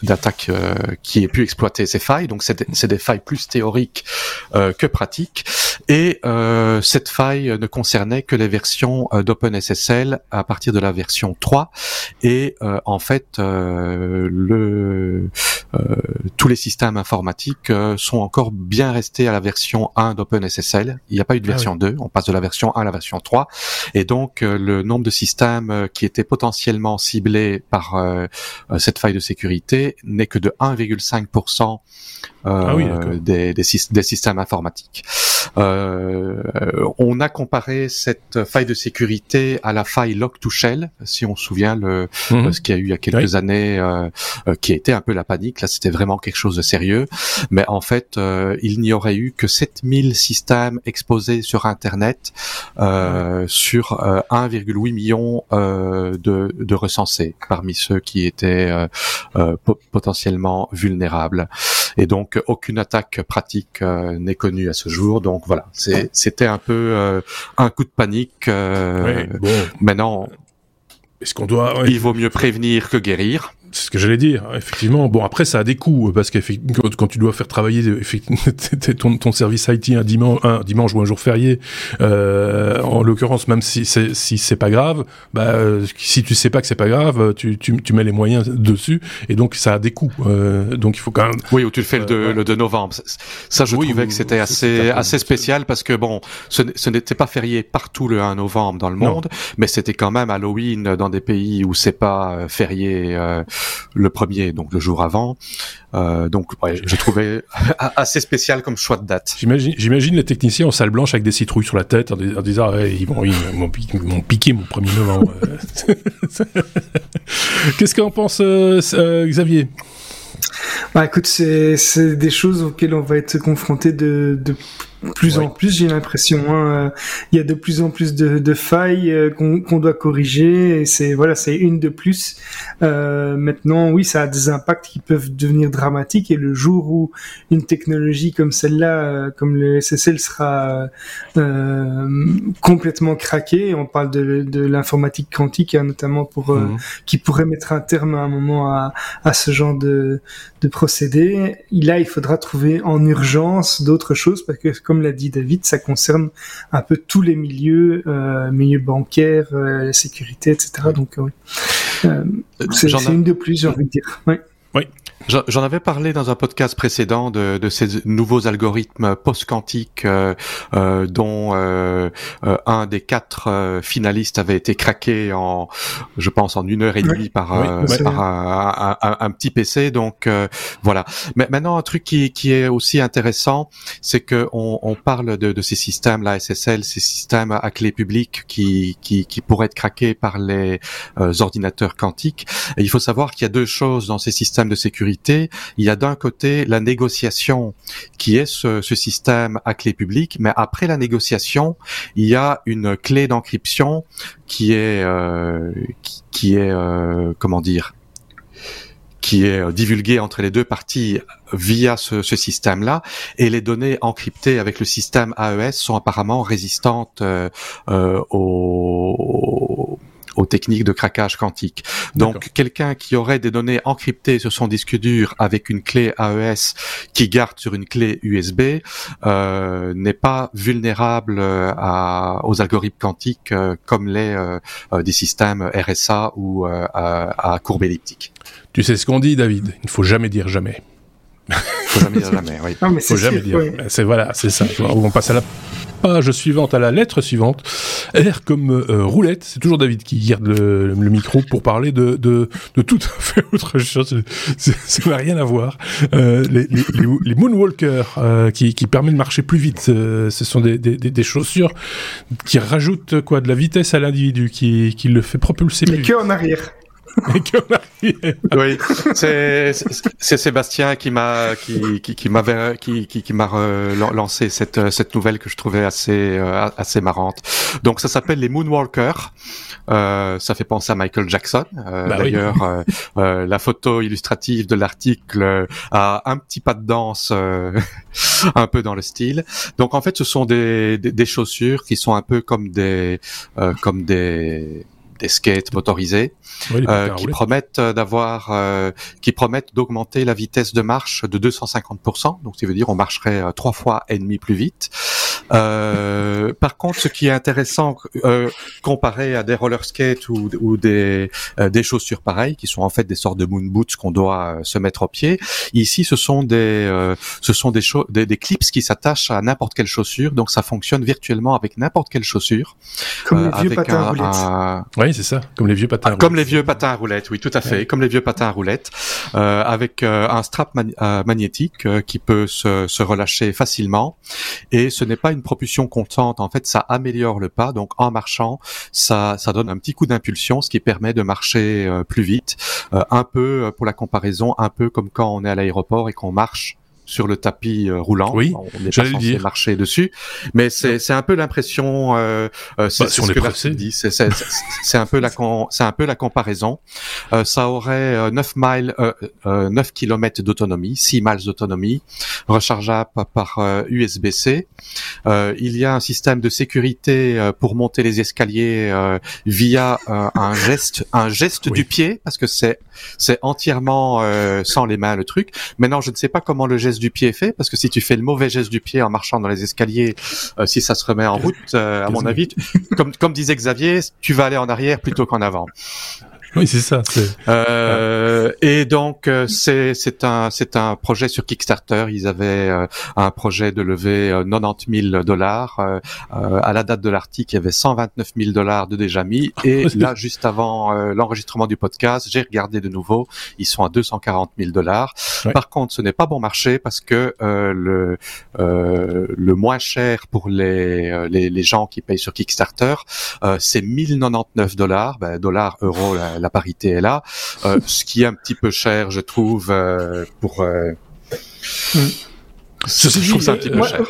d'attaque euh, qui ait pu exploiter ces failles. Donc c'est des, c'est des failles plus théoriques euh, que pratiques. Et euh, cette faille ne concernait que les versions euh, d'OpenSSL à partir de la version trois. Et euh, en fait, euh, le, euh, tous les systèmes informatiques euh, sont encore bien restés à la version un d'OpenSSL. Il n'y a pas eu de version ah oui. deux. On passe de la version un à la version trois. Et donc, euh, le nombre de systèmes euh, qui étaient potentiellement ciblés par euh, cette faille de sécurité n'est que de un virgule cinq pour cent euh, ah oui, des, des, des systèmes informatiques. Euh, on a comparé cette faille de sécurité à la faille Log to Shell, si on se souvient le mmh. ce qu'il y a eu il y a quelques oui. années, euh, euh, qui a été un peu la panique. Là, c'était vraiment quelque chose de sérieux. Mais en fait, euh, il n'y aurait eu que sept mille systèmes exposés sur Internet euh, mmh. sur euh, un virgule huit million euh, de, de recensés parmi ceux qui étaient euh, euh, po- potentiellement vulnérables. Et donc, aucune attaque pratique euh, n'est connue à ce jour. Donc voilà, c'est, c'était un peu euh, un coup de panique. Euh, oui, bon. Maintenant, est-ce qu'on doit ouais. il vaut mieux prévenir que guérir. C'est ce que j'allais dire, effectivement. Bon, après, ça a des coûts, parce que quand tu dois faire travailler ton, ton service I T un dimanche, un dimanche ou un jour férié, euh, en l'occurrence, même si c'est, si c'est pas grave, bah, si tu sais pas que c'est pas grave, tu, tu, tu mets les moyens dessus, et donc ça a des coûts. Euh, donc il faut quand même... Oui, ou tu le fais euh, le, deux, ouais. le deux novembre. Ça, je oui, trouvais que c'était assez, assez spécial, parce que bon, ce, ce n'était pas férié partout le un novembre dans le monde, non. mais c'était quand même Halloween dans des pays où c'est pas férié, euh, le premier, donc le jour avant. Euh, donc, ouais, je trouvais assez spécial comme choix de date. J'imagine, j'imagine les techniciens en salle blanche avec des citrouilles sur la tête en, en disant ah, ils, vont, ils, m'ont piqué, ils m'ont piqué mon premier novembre. Qu'est-ce qu'en pense euh, euh, Xavier? Bah écoute, c'est, c'est des choses auxquelles on va être confronté de, de plus ouais. en plus, j'ai l'impression. Hein. Il y a de plus en plus de, de failles euh, qu'on, qu'on doit corriger, et c'est voilà, c'est une de plus. Euh, maintenant, oui, ça a des impacts qui peuvent devenir dramatiques, et le jour où une technologie comme celle-là, euh, comme le S S L, sera euh, complètement craquée, on parle de, de l'informatique quantique, hein, notamment pour euh, mmh. qui pourrait mettre un terme à un moment à, à ce genre de, de procédé. Là, il faudra trouver en urgence d'autres choses, parce que comme l'a dit David, ça concerne un peu tous les milieux, euh, milieux bancaires, euh, la sécurité, et cetera. Donc, euh, oui. Euh, c'est, c'est a... une de plus, j'ai envie de dire. Oui. Oui. J'en avais parlé dans un podcast précédent de, de ces nouveaux algorithmes post-quantiques euh, euh, dont euh, euh, un des quatre euh, finalistes avait été craqué en, je pense, en une heure et demie oui. par, oui, euh, par un, un, un, un petit P C. Donc euh, voilà. Mais maintenant, un truc qui, qui est aussi intéressant, c'est que on, on parle de, de ces systèmes, la S S L, ces systèmes à clé publique qui, qui, qui pourraient être craqués par les euh, ordinateurs quantiques. Et il faut savoir qu'il y a deux choses dans ces systèmes de sécurité. Il y a d'un côté la négociation qui est ce, ce système à clé publique, mais après la négociation, il y a une clé d'encryption qui est euh, qui, qui est euh, comment dire qui est divulguée entre les deux parties via ce, ce système-là, et les données encryptées avec le système A E S sont apparemment résistantes euh, euh, au aux techniques de craquage quantique. Donc, D'accord. quelqu'un qui aurait des données encryptées sur son disque dur avec une clé A E S qui garde sur une clé U S B euh, n'est pas vulnérable à, aux algorithmes quantiques euh, comme les euh, des systèmes R S A ou euh, à, à courbe elliptique. Tu sais ce qu'on dit, David, il ne faut jamais dire jamais. Il ne faut jamais dire jamais, oui. Non, mais faut c'est jamais sûr, dire. Oui. C'est voilà, c'est ça. On passe à la page suivante, à la lettre suivante. R comme euh, roulette. C'est toujours David qui garde le, le micro pour parler de, de, de tout à fait autre chose. C'est, ça n'a rien à voir. Euh, les, les, les, les moonwalkers euh, qui, qui permettent de marcher plus vite. Euh, ce sont des, des, des chaussures qui rajoutent quoi, de la vitesse à l'individu, qui, qui le fait propulser plus vite. Mais que en arrière. Oui, c'est, c'est Sébastien qui m'a qui qui, qui m'avait qui qui, qui m'a lancé cette cette nouvelle que je trouvais assez assez marrante. Donc ça s'appelle les Moonwalkers. Euh, ça fait penser à Michael Jackson. Euh, bah d'ailleurs, oui. euh, euh, la photo illustrative de l'article a un petit pas de danse, euh, un peu dans le style. Donc en fait, ce sont des des, des chaussures qui sont un peu comme des euh, comme des des skates motorisés, oui, euh, qui promettent d'avoir, euh, qui promettent d'augmenter la vitesse de marche de deux cent cinquante pour cent. Donc, ça veut dire on marcherait euh, trois fois et demi plus vite. Euh, par contre, ce qui est intéressant, euh, comparé à des roller skates ou, ou des, euh, des chaussures pareilles, qui sont en fait des sortes de moon boots qu'on doit euh, se mettre au pied, ici, ce sont des, euh, ce sont des, cho- des, des clips qui s'attachent à n'importe quelle chaussure, donc ça fonctionne virtuellement avec n'importe quelle chaussure. Comme euh, les vieux patins un, à roulettes. Un... Oui, c'est ça, comme les vieux patins à roulettes. Comme les vieux patins à roulettes, oui, tout à fait, ouais. Comme les vieux patins à roulettes, euh, avec euh, un strap man- euh, magnétique euh, qui peut se, se relâcher facilement, et ce n'est pas une propulsion constante, en fait, ça améliore le pas, donc en marchant, ça, ça donne un petit coup d'impulsion, ce qui permet de marcher euh, plus vite, euh, un peu, pour la comparaison, un peu comme quand on est à l'aéroport et qu'on marche sur le tapis euh, roulant. Oui, on n'est pas censé dire. marcher dessus, mais c'est c'est un peu l'impression. Euh, euh, c'est, bah, c'est ce que l'article dit. C'est c'est c'est, c'est un peu la con, c'est un peu la comparaison. Euh, ça aurait euh, neuf miles, euh, euh, neuf kilomètres d'autonomie, six miles d'autonomie, rechargeable par euh, U S B-C. Euh, il y a un système de sécurité euh, pour monter les escaliers euh, via euh, un geste, un geste oui. du pied, parce que c'est c'est entièrement euh, sans les mains le truc. Maintenant, je ne sais pas comment le geste du pied est fait, parce que si tu fais le mauvais geste du pied en marchant dans les escaliers, euh, si ça se remet en route, euh, à mon avis, tu, comme comme disait Xavier, tu vas aller en arrière plutôt qu'en avant. Oui, c'est ça. C'est... Euh, et donc euh, c'est c'est un c'est un projet sur Kickstarter. Ils avaient euh, un projet de lever euh, quatre-vingt-dix mille dollars. Euh, euh, à la date de l'article, il y avait cent vingt-neuf mille dollars de déjà mis. Et là, juste avant euh, l'enregistrement du podcast, j'ai regardé de nouveau. Ils sont à deux cent quarante mille dollars. Ouais. Par contre, ce n'est pas bon marché parce que euh, le euh, le moins cher pour les les les gens qui payent sur Kickstarter, euh, c'est mille quatre-vingt-dix-neuf dollars, ben, dollars euros. La, la parité est là, euh, ce qui est un petit peu cher, je trouve, euh, pour. Euh... Mm. Je, je trouve ça un petit peu moi, cher.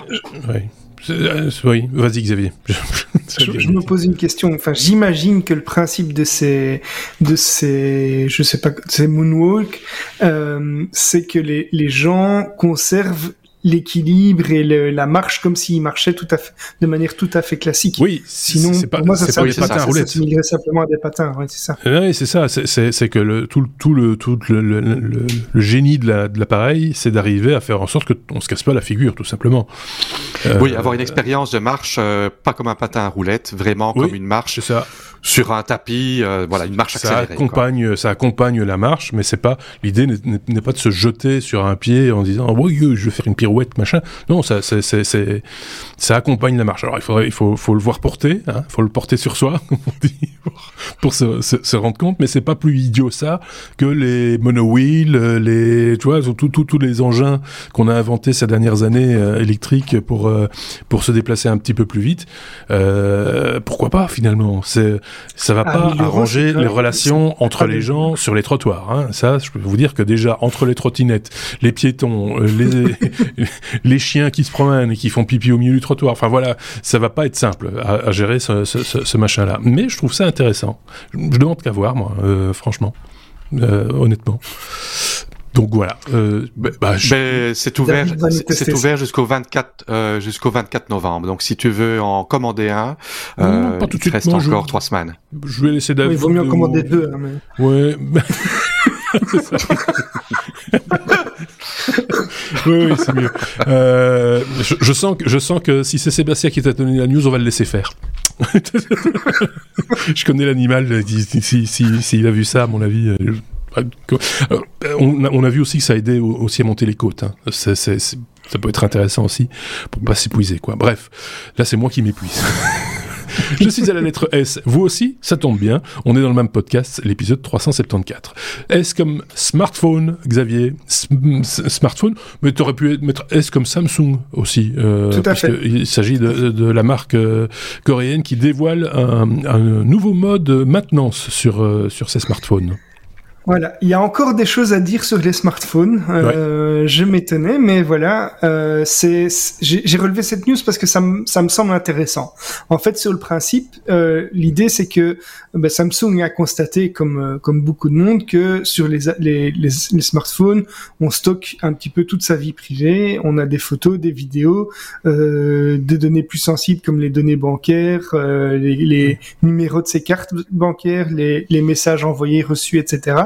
Oui. Oui, vas-y Xavier. je, je me pose une question. Enfin, j'imagine que le principe de ces, de ces, je sais pas, ces moonwalk, euh, c'est que les les gens conservent l'équilibre et le, la marche comme s'ils marchaient tout à fait, de manière tout à fait classique. Oui, sinon, c'est pas, pour moi, ça c'est pas des patins à roulettes. Ça s'assimilerait simplement à des patins, ouais, c'est ça. Oui, c'est ça. C'est, c'est, c'est que le, tout, tout le, tout le, le, le, le génie de, la, de l'appareil, c'est d'arriver à faire en sorte qu'on se casse pas la figure, tout simplement. Euh, oui, avoir une expérience de marche, euh, pas comme un patin à roulettes, vraiment oui, comme une marche. C'est ça. Sur un tapis, euh, voilà, une marche ça accélérée. Accompagne, quoi. Ça accompagne la marche, mais c'est pas, l'idée n'est, n'est pas de se jeter sur un pied en disant, oh, oui, je vais faire une pirouette, machin. Non, ça, c'est, c'est, c'est, ça accompagne la marche. Alors, il faudrait, il faut, faut le voir porter, hein, faut le porter sur soi, comme on dit, pour, pour se, se, se rendre compte, mais c'est pas plus idiot ça que les monowheels, les, tu vois, tous, tous, tous les engins qu'on a inventés ces dernières années, euh, électriques pour, euh, pour se déplacer un petit peu plus vite. Euh, pourquoi pas, finalement? C'est, ça va pas ah, arranger les relations entre les gens sur les trottoirs. Hein. Ça, je peux vous dire que déjà, entre les trottinettes, les piétons, euh, les, les chiens qui se promènent et qui font pipi au milieu du trottoir, enfin voilà, ça va pas être simple à, à gérer ce, ce, ce, ce machin-là. Mais je trouve ça intéressant. Je, je demande qu'à voir, moi, euh, franchement, euh, honnêtement. Donc voilà. Euh, bah, bah, je... ben, c'est ouvert, c'est, c'est ouvert jusqu'au vingt-quatre, euh, jusqu'au vingt-quatre novembre. Donc si tu veux en commander un, euh, non, il te reste encore je... trois semaines. Je vais laisser David. Oui, il vaut mieux en commander deux. Hein, mais... Ouais. C'est ça. oui, oui, c'est mieux. Euh, je, je sens que je sens que si c'est Sébastien qui t'a donné la news, on va le laisser faire. Je connais l'animal. S'il si, si, si, a vu ça, à mon avis. Je... Alors, on, a, on a vu aussi que ça aidait aussi à monter les côtes. Hein. C'est, c'est, c'est, ça peut être intéressant aussi pour pas s'épuiser, quoi. Bref, là c'est moi qui m'épuise. Je suis à la lettre S. Vous aussi, ça tombe bien. On est dans le même podcast, l'épisode trois cent soixante-quatorze. S comme smartphone, Xavier. S- s- smartphone, mais tu aurais pu mettre S comme Samsung aussi. Euh, Tout à fait. Il s'agit de, de la marque euh, coréenne qui dévoile un, un nouveau mode maintenance sur, euh, sur ses smartphones. Voilà, il y a encore des choses à dire sur les smartphones. Euh, ouais. Je m'étonnais, mais voilà, euh, c'est, c'est j'ai, j'ai relevé cette news parce que ça me ça me semble intéressant. En fait, sur le principe, euh, l'idée c'est que ben, Samsung a constaté, comme euh, comme beaucoup de monde, que sur les, les les les smartphones, on stocke un petit peu toute sa vie privée. On a des photos, des vidéos, euh, des données plus sensibles comme les données bancaires, euh, les, les numéros de ses cartes bancaires, les les messages envoyés, reçus, et cetera.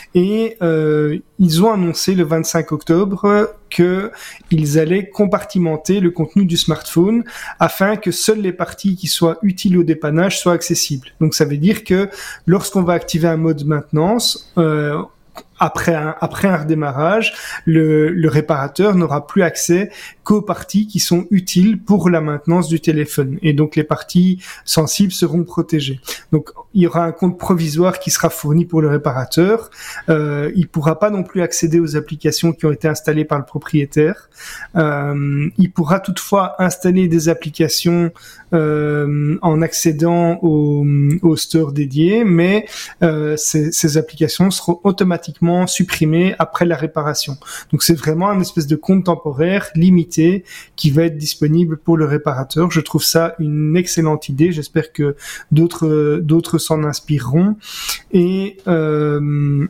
Et euh, ils ont annoncé le vingt-cinq octobre que ils allaient compartimenter le contenu du smartphone afin que seules les parties qui soient utiles au dépannage soient accessibles. Donc ça veut dire que lorsqu'on va activer un mode maintenance, euh, après un, après un redémarrage, le, le réparateur n'aura plus accès qu'aux parties qui sont utiles pour la maintenance du téléphone. Et donc, les parties sensibles seront protégées. Donc, il y aura un compte provisoire qui sera fourni pour le réparateur. Euh, il pourra pas non plus accéder aux applications qui ont été installées par le propriétaire. Euh, il pourra toutefois installer des applications euh, en accédant au, au store dédié, mais euh, ces, ces applications seront automatiquement supprimé après la réparation. Donc c'est vraiment un espèce de compte temporaire limité qui va être disponible pour le réparateur. Je trouve ça une excellente idée. J'espère que d'autres d'autres s'en inspireront. Et euh,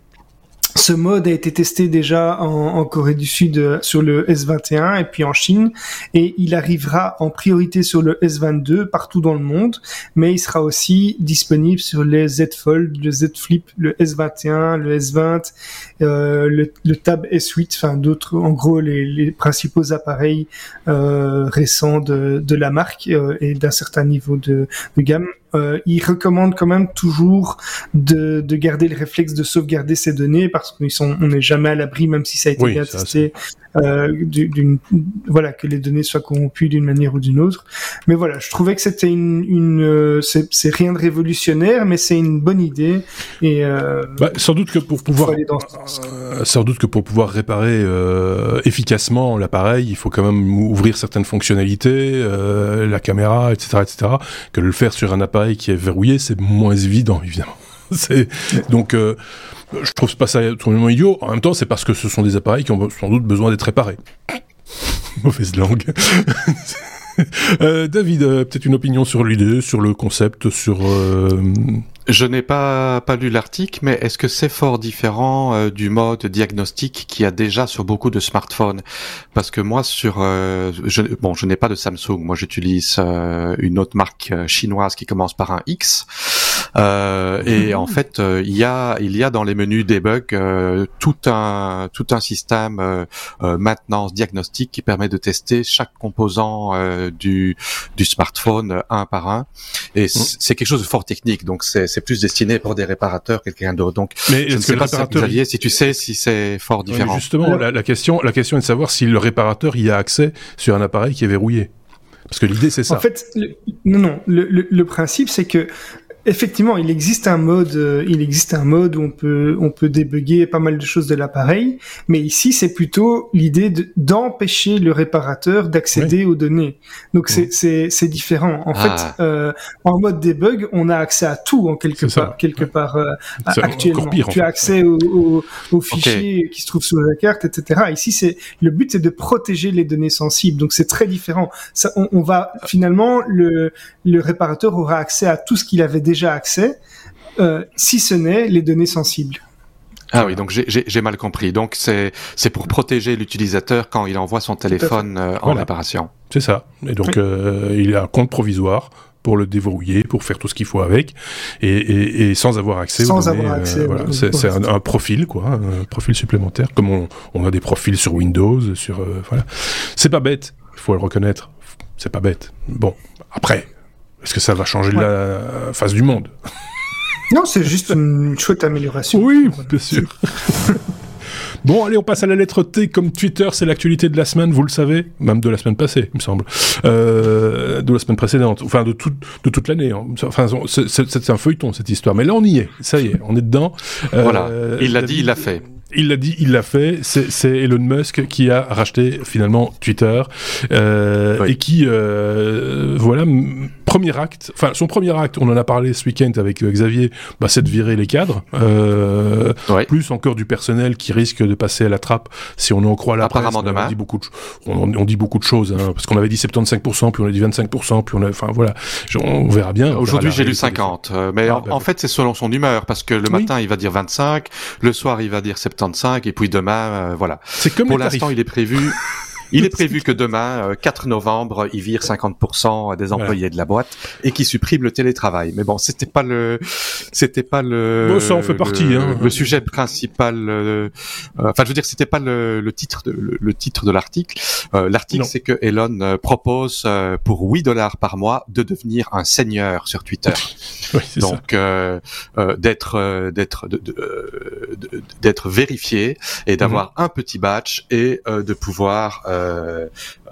ce mode a été testé déjà en, en Corée du Sud sur le S vingt et un et puis en Chine, et il arrivera en priorité sur le S vingt-deux partout dans le monde, mais il sera aussi disponible sur les Z Fold, le Z Flip, le S vingt et un, le S vingt, euh, le, le Tab S huit, enfin d'autres, en gros les, les principaux appareils euh, récents de, de la marque euh, et d'un certain niveau de, de gamme. Euh, il recommande quand même toujours de, de garder le réflexe de sauvegarder ces données parce qu'on on n'est jamais à l'abri, même si ça a été oui, bien testé, euh, d'une, voilà, que les données soient corrompues d'une manière ou d'une autre. Mais voilà, je trouvais que c'était une, une euh, c'est, c'est rien de révolutionnaire, mais c'est une bonne idée. Et euh, bah, sans doute que pour pouvoir, euh, sans doute que pour pouvoir réparer euh, efficacement l'appareil, il faut quand même ouvrir certaines fonctionnalités, euh, la caméra, et cetera, et cetera. Que de le faire sur un appareil qui est verrouillé, c'est moins évident, évidemment. C'est, donc, euh, je trouve pas ça totalement idiot. En même temps, c'est parce que ce sont des appareils qui ont sans doute besoin d'être réparés. Mauvaise langue. euh, David, euh, peut-être une opinion sur l'idée, sur le concept, sur... Euh... Je n'ai pas pas lu l'article, mais est-ce que c'est fort différent euh, du mode diagnostic qu'il y a déjà sur beaucoup de smartphones? Parce que moi, sur euh, je, bon, je n'ai pas de Samsung. Moi, j'utilise euh, une autre marque euh, chinoise qui commence par un X. Euh, et en fait, euh, il y a il y a dans les menus debug euh, tout un tout un système euh, euh, maintenance diagnostic qui permet de tester chaque composant euh, du du smartphone euh, un par un. Et c- c'est quelque chose de fort technique, donc c'est, c'est plus destiné pour des réparateurs, quelqu'un d'autre. Donc, mais je ne sais pas réparateur... Xavier, si tu sais si c'est fort différent. Ouais, justement, la, la question la question est de savoir si le réparateur y a accès sur un appareil qui est verrouillé. Parce que l'idée c'est ça. En fait, le, non non, le, le, le principe c'est que effectivement, il existe un mode, euh, il existe un mode où on peut, on peut débugger pas mal de choses de l'appareil, mais ici c'est plutôt l'idée de, d'empêcher le réparateur d'accéder oui. aux données. Donc c'est, oui. c'est, c'est différent. En ah. fait, euh, en mode debug, on a accès à tout en quelque c'est part, ça. quelque ouais. part euh, actuellement. Pire, tu as accès aux, aux, aux fichiers okay. qui se trouvent sur la carte, et cetera. Ici, c'est le but, c'est de protéger les données sensibles. Donc c'est très différent. Ça, on, on va finalement le, le réparateur aura accès à tout ce qu'il avait déjà accès, euh, si ce n'est les données sensibles. Ah oui, donc j'ai, j'ai, j'ai mal compris. Donc c'est, c'est pour protéger l'utilisateur quand il envoie son téléphone euh, en voilà. réparation. C'est ça. Et donc oui. euh, il a un compte provisoire pour le déverrouiller, pour faire tout ce qu'il faut avec, et, et, et sans avoir accès sans aux données. Avoir accès euh, voilà. C'est, c'est un, un profil, quoi, un profil supplémentaire, comme on, on a des profils sur Windows, sur euh, voilà. C'est pas bête, il faut le reconnaître. C'est pas bête. Bon, après. Est-ce que ça va changer ouais. la face du monde? Non, c'est juste une chouette amélioration. Oui, bien sûr. Bon, allez, on passe à la lettre T, comme Twitter, c'est l'actualité de la semaine, vous le savez, même de la semaine passée, il me semble, euh, de la semaine précédente, enfin de, tout, de toute l'année. Hein. Enfin, c'est, c'est, c'est un feuilleton, cette histoire, mais là, on y est, ça y est, on est dedans. Euh, voilà, il l'a dit, il l'a fait. Il l'a dit, il l'a fait. C'est, c'est Elon Musk qui a racheté finalement Twitter euh, oui. et qui, euh, voilà, m- premier acte. Enfin, son premier acte, on en a parlé ce week-end avec euh, Xavier. Bah, c'est de virer les cadres. Euh, oui. Plus encore du personnel qui risque de passer à la trappe si on en croit la presse. Apparemment demain. On dit beaucoup de, on, on dit beaucoup de choses, hein, parce qu'on avait dit soixante-quinze pour cent, puis on a dit vingt-cinq pour cent, puis on a, enfin voilà, on verra bien. On Aujourd'hui, verra j'ai lu cinquante, euh, mais ah, en, bah, en fait, c'est selon son humeur, parce que le oui. matin, il va dire vingt-cinq, le soir, il va dire soixante-quinze, et puis demain, euh, voilà. C'est comme pour les l'instant, tarifs. il est prévu. Il est prévu que demain, euh, quatre novembre, il vire cinquante pour cent des employés ouais. de la boîte et qu'il supprime le télétravail. Mais bon, c'était pas le, c'était pas le. Bon, ça en fait partie. Le, hein. le sujet principal. Euh, enfin, je veux dire, c'était pas le, le titre, de, le, le titre de l'article. Euh, l'article, non. c'est que Elon euh, propose euh, pour huit dollars par mois de devenir un seigneur sur Twitter. Oui, c'est Donc, euh, euh, d'être, euh, d'être, de, de, de, d'être vérifié et d'avoir mm-hmm. un petit badge et euh, de pouvoir euh, Euh, euh,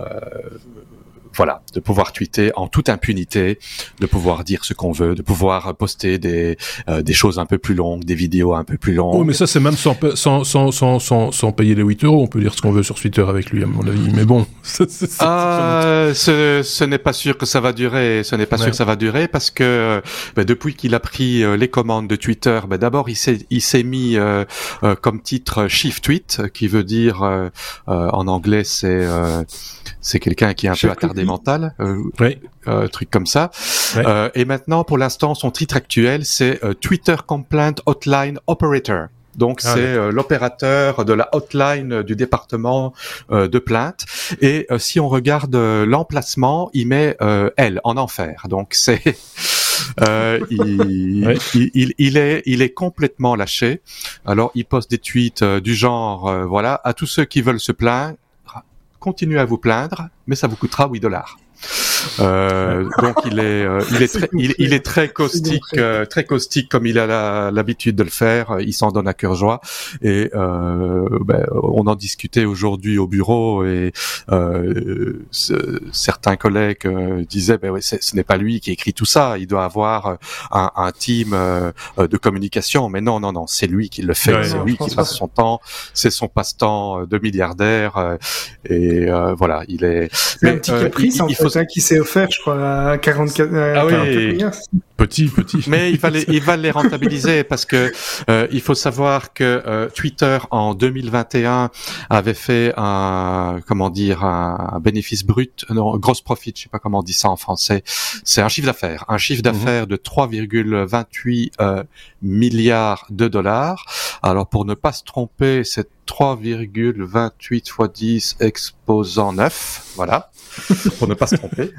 voilà, de pouvoir tweeter en toute impunité, de pouvoir dire ce qu'on veut, de pouvoir poster des euh, des choses un peu plus longues, des vidéos un peu plus longues. Oui, mais ça c'est même sans sans sans sans sans, sans payer les huit euros. On peut dire ce qu'on veut sur Twitter avec lui, à mon avis. Mais bon, c'est, c'est, c'est, euh, ce, ce n'est pas sûr que ça va durer. Ce n'est pas ouais. sûr que ça va durer parce que ben, depuis qu'il a pris euh, les commandes de Twitter, ben, d'abord il s'est il s'est mis euh, euh, comme titre Chief Tweet, qui veut dire euh, euh, en anglais c'est euh, c'est quelqu'un qui est un peu attardé mental, euh, oui. euh, truc comme ça. Oui. Euh, et maintenant, pour l'instant, son titre actuel, c'est euh, Twitter Complaint Hotline Operator. Donc, ah, c'est euh, l'opérateur de la hotline du département euh, de plainte. Et euh, si on regarde euh, l'emplacement, il met euh, elle en enfer. Donc, c'est euh, il, ouais. il, il, il est il est complètement lâché. Alors, il poste des tweets euh, du genre, euh, voilà, à tous ceux qui veulent se plaindre. Continuez à vous plaindre, mais ça vous coûtera huit dollars. Euh, donc il est, euh, il est très, il, il est très caustique, euh, très caustique comme il a la, l'habitude de le faire. Il s'en donne à cœur joie. Et euh, ben, on en discutait aujourd'hui au bureau et euh, ce, certains collègues euh, disaient, ben ouais, ce n'est pas lui qui écrit tout ça. Il doit avoir un, un team euh, de communication. Mais non, non, non, c'est lui qui le fait. Ouais, c'est non, lui qui passe son temps. C'est son passe-temps de milliardaire. Euh, et euh, voilà, il est. C'est mais, un petit caprice euh, il, en il faut... fait, hein, qui s'est offert, je crois, à quarante-quatre, à ah quarante-quatre oui. milliards. Petit, petit. Mais il va les, il va les rentabiliser parce que euh, il faut savoir que euh, Twitter en deux mille vingt et un avait fait un, comment dire, un, un bénéfice brut, non, gross profit, je sais pas comment on dit ça en français. C'est un chiffre d'affaires, un chiffre d'affaires mm-hmm. de trois virgule vingt-huit euh, milliards de dollars. Alors pour ne pas se tromper, c'est trois virgule vingt-huit fois dix exposant neuf, voilà, pour ne pas se tromper.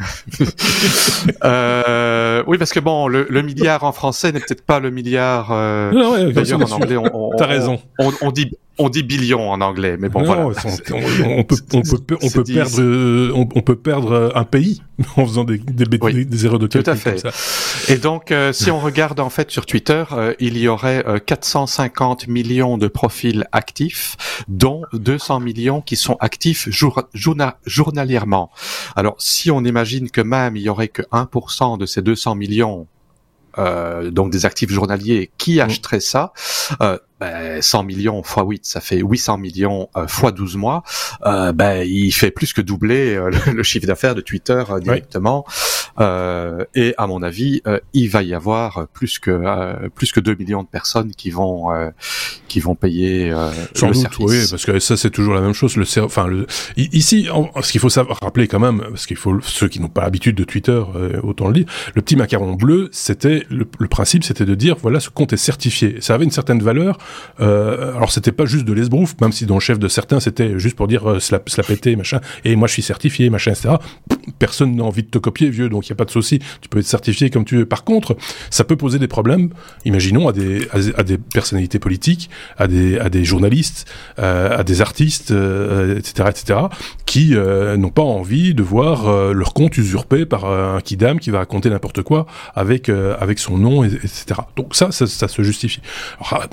euh, oui, parce que bon, le, le milliard en français n'est peut-être pas le milliard. Euh, non, ouais, d'ailleurs, en anglais, on, on, t'as raison. On, on, on dit. On dit billion en anglais, mais bon, non, voilà. On, on peut, on peut, on peut perdre, on, on peut perdre un pays en faisant des, des, oui, des, des erreurs de calcul tout à fait. comme ça. Et donc, euh, si on regarde en fait sur Twitter, euh, il y aurait euh, quatre cent cinquante millions de profils actifs, dont deux cents millions qui sont actifs jour, journa, journalièrement. Alors, si on imagine que même il y aurait que un pour cent de ces deux cents millions, euh, donc des actifs journaliers, qui achèteraient ça, euh, ben, cent millions fois huit, ça fait huit cents millions euh, fois douze mois. Euh, ben, il fait plus que doubler euh, le, le chiffre d'affaires de Twitter euh, directement. Oui. Euh, et à mon avis, euh, il va y avoir plus que euh, plus que deux millions de personnes qui vont euh, qui vont payer euh, Sans le doute, service. Oui, parce que ça c'est toujours la même chose. Le ser- enfin, le, ici, en, ce qu'il faut savoir, rappeler quand même, parce qu'il faut ceux qui n'ont pas l'habitude de Twitter, euh, autant le dire. Le petit macaron bleu, c'était le, le principe, c'était de dire voilà, ce compte est certifié. Ça avait une certaine valeur. Euh, alors c'était pas juste de l'esbrouf, même si dans le chef de certains c'était juste pour dire euh, se la, se la péter, machin. Et moi je suis certifié, machin, et cetera. Personne n'a envie de te copier, vieux, donc il y a pas de souci. Tu peux être certifié comme tu veux. Par contre, ça peut poser des problèmes. Imaginons à des à, à des personnalités politiques, à des à des journalistes, euh, à des artistes, euh, et cetera, et cetera, qui euh, n'ont pas envie de voir euh, leur compte usurpé par euh, un kidam qui va raconter n'importe quoi avec euh, avec son nom, et, etc. Donc ça, ça, ça se justifie. Alors, maintenant, s'il y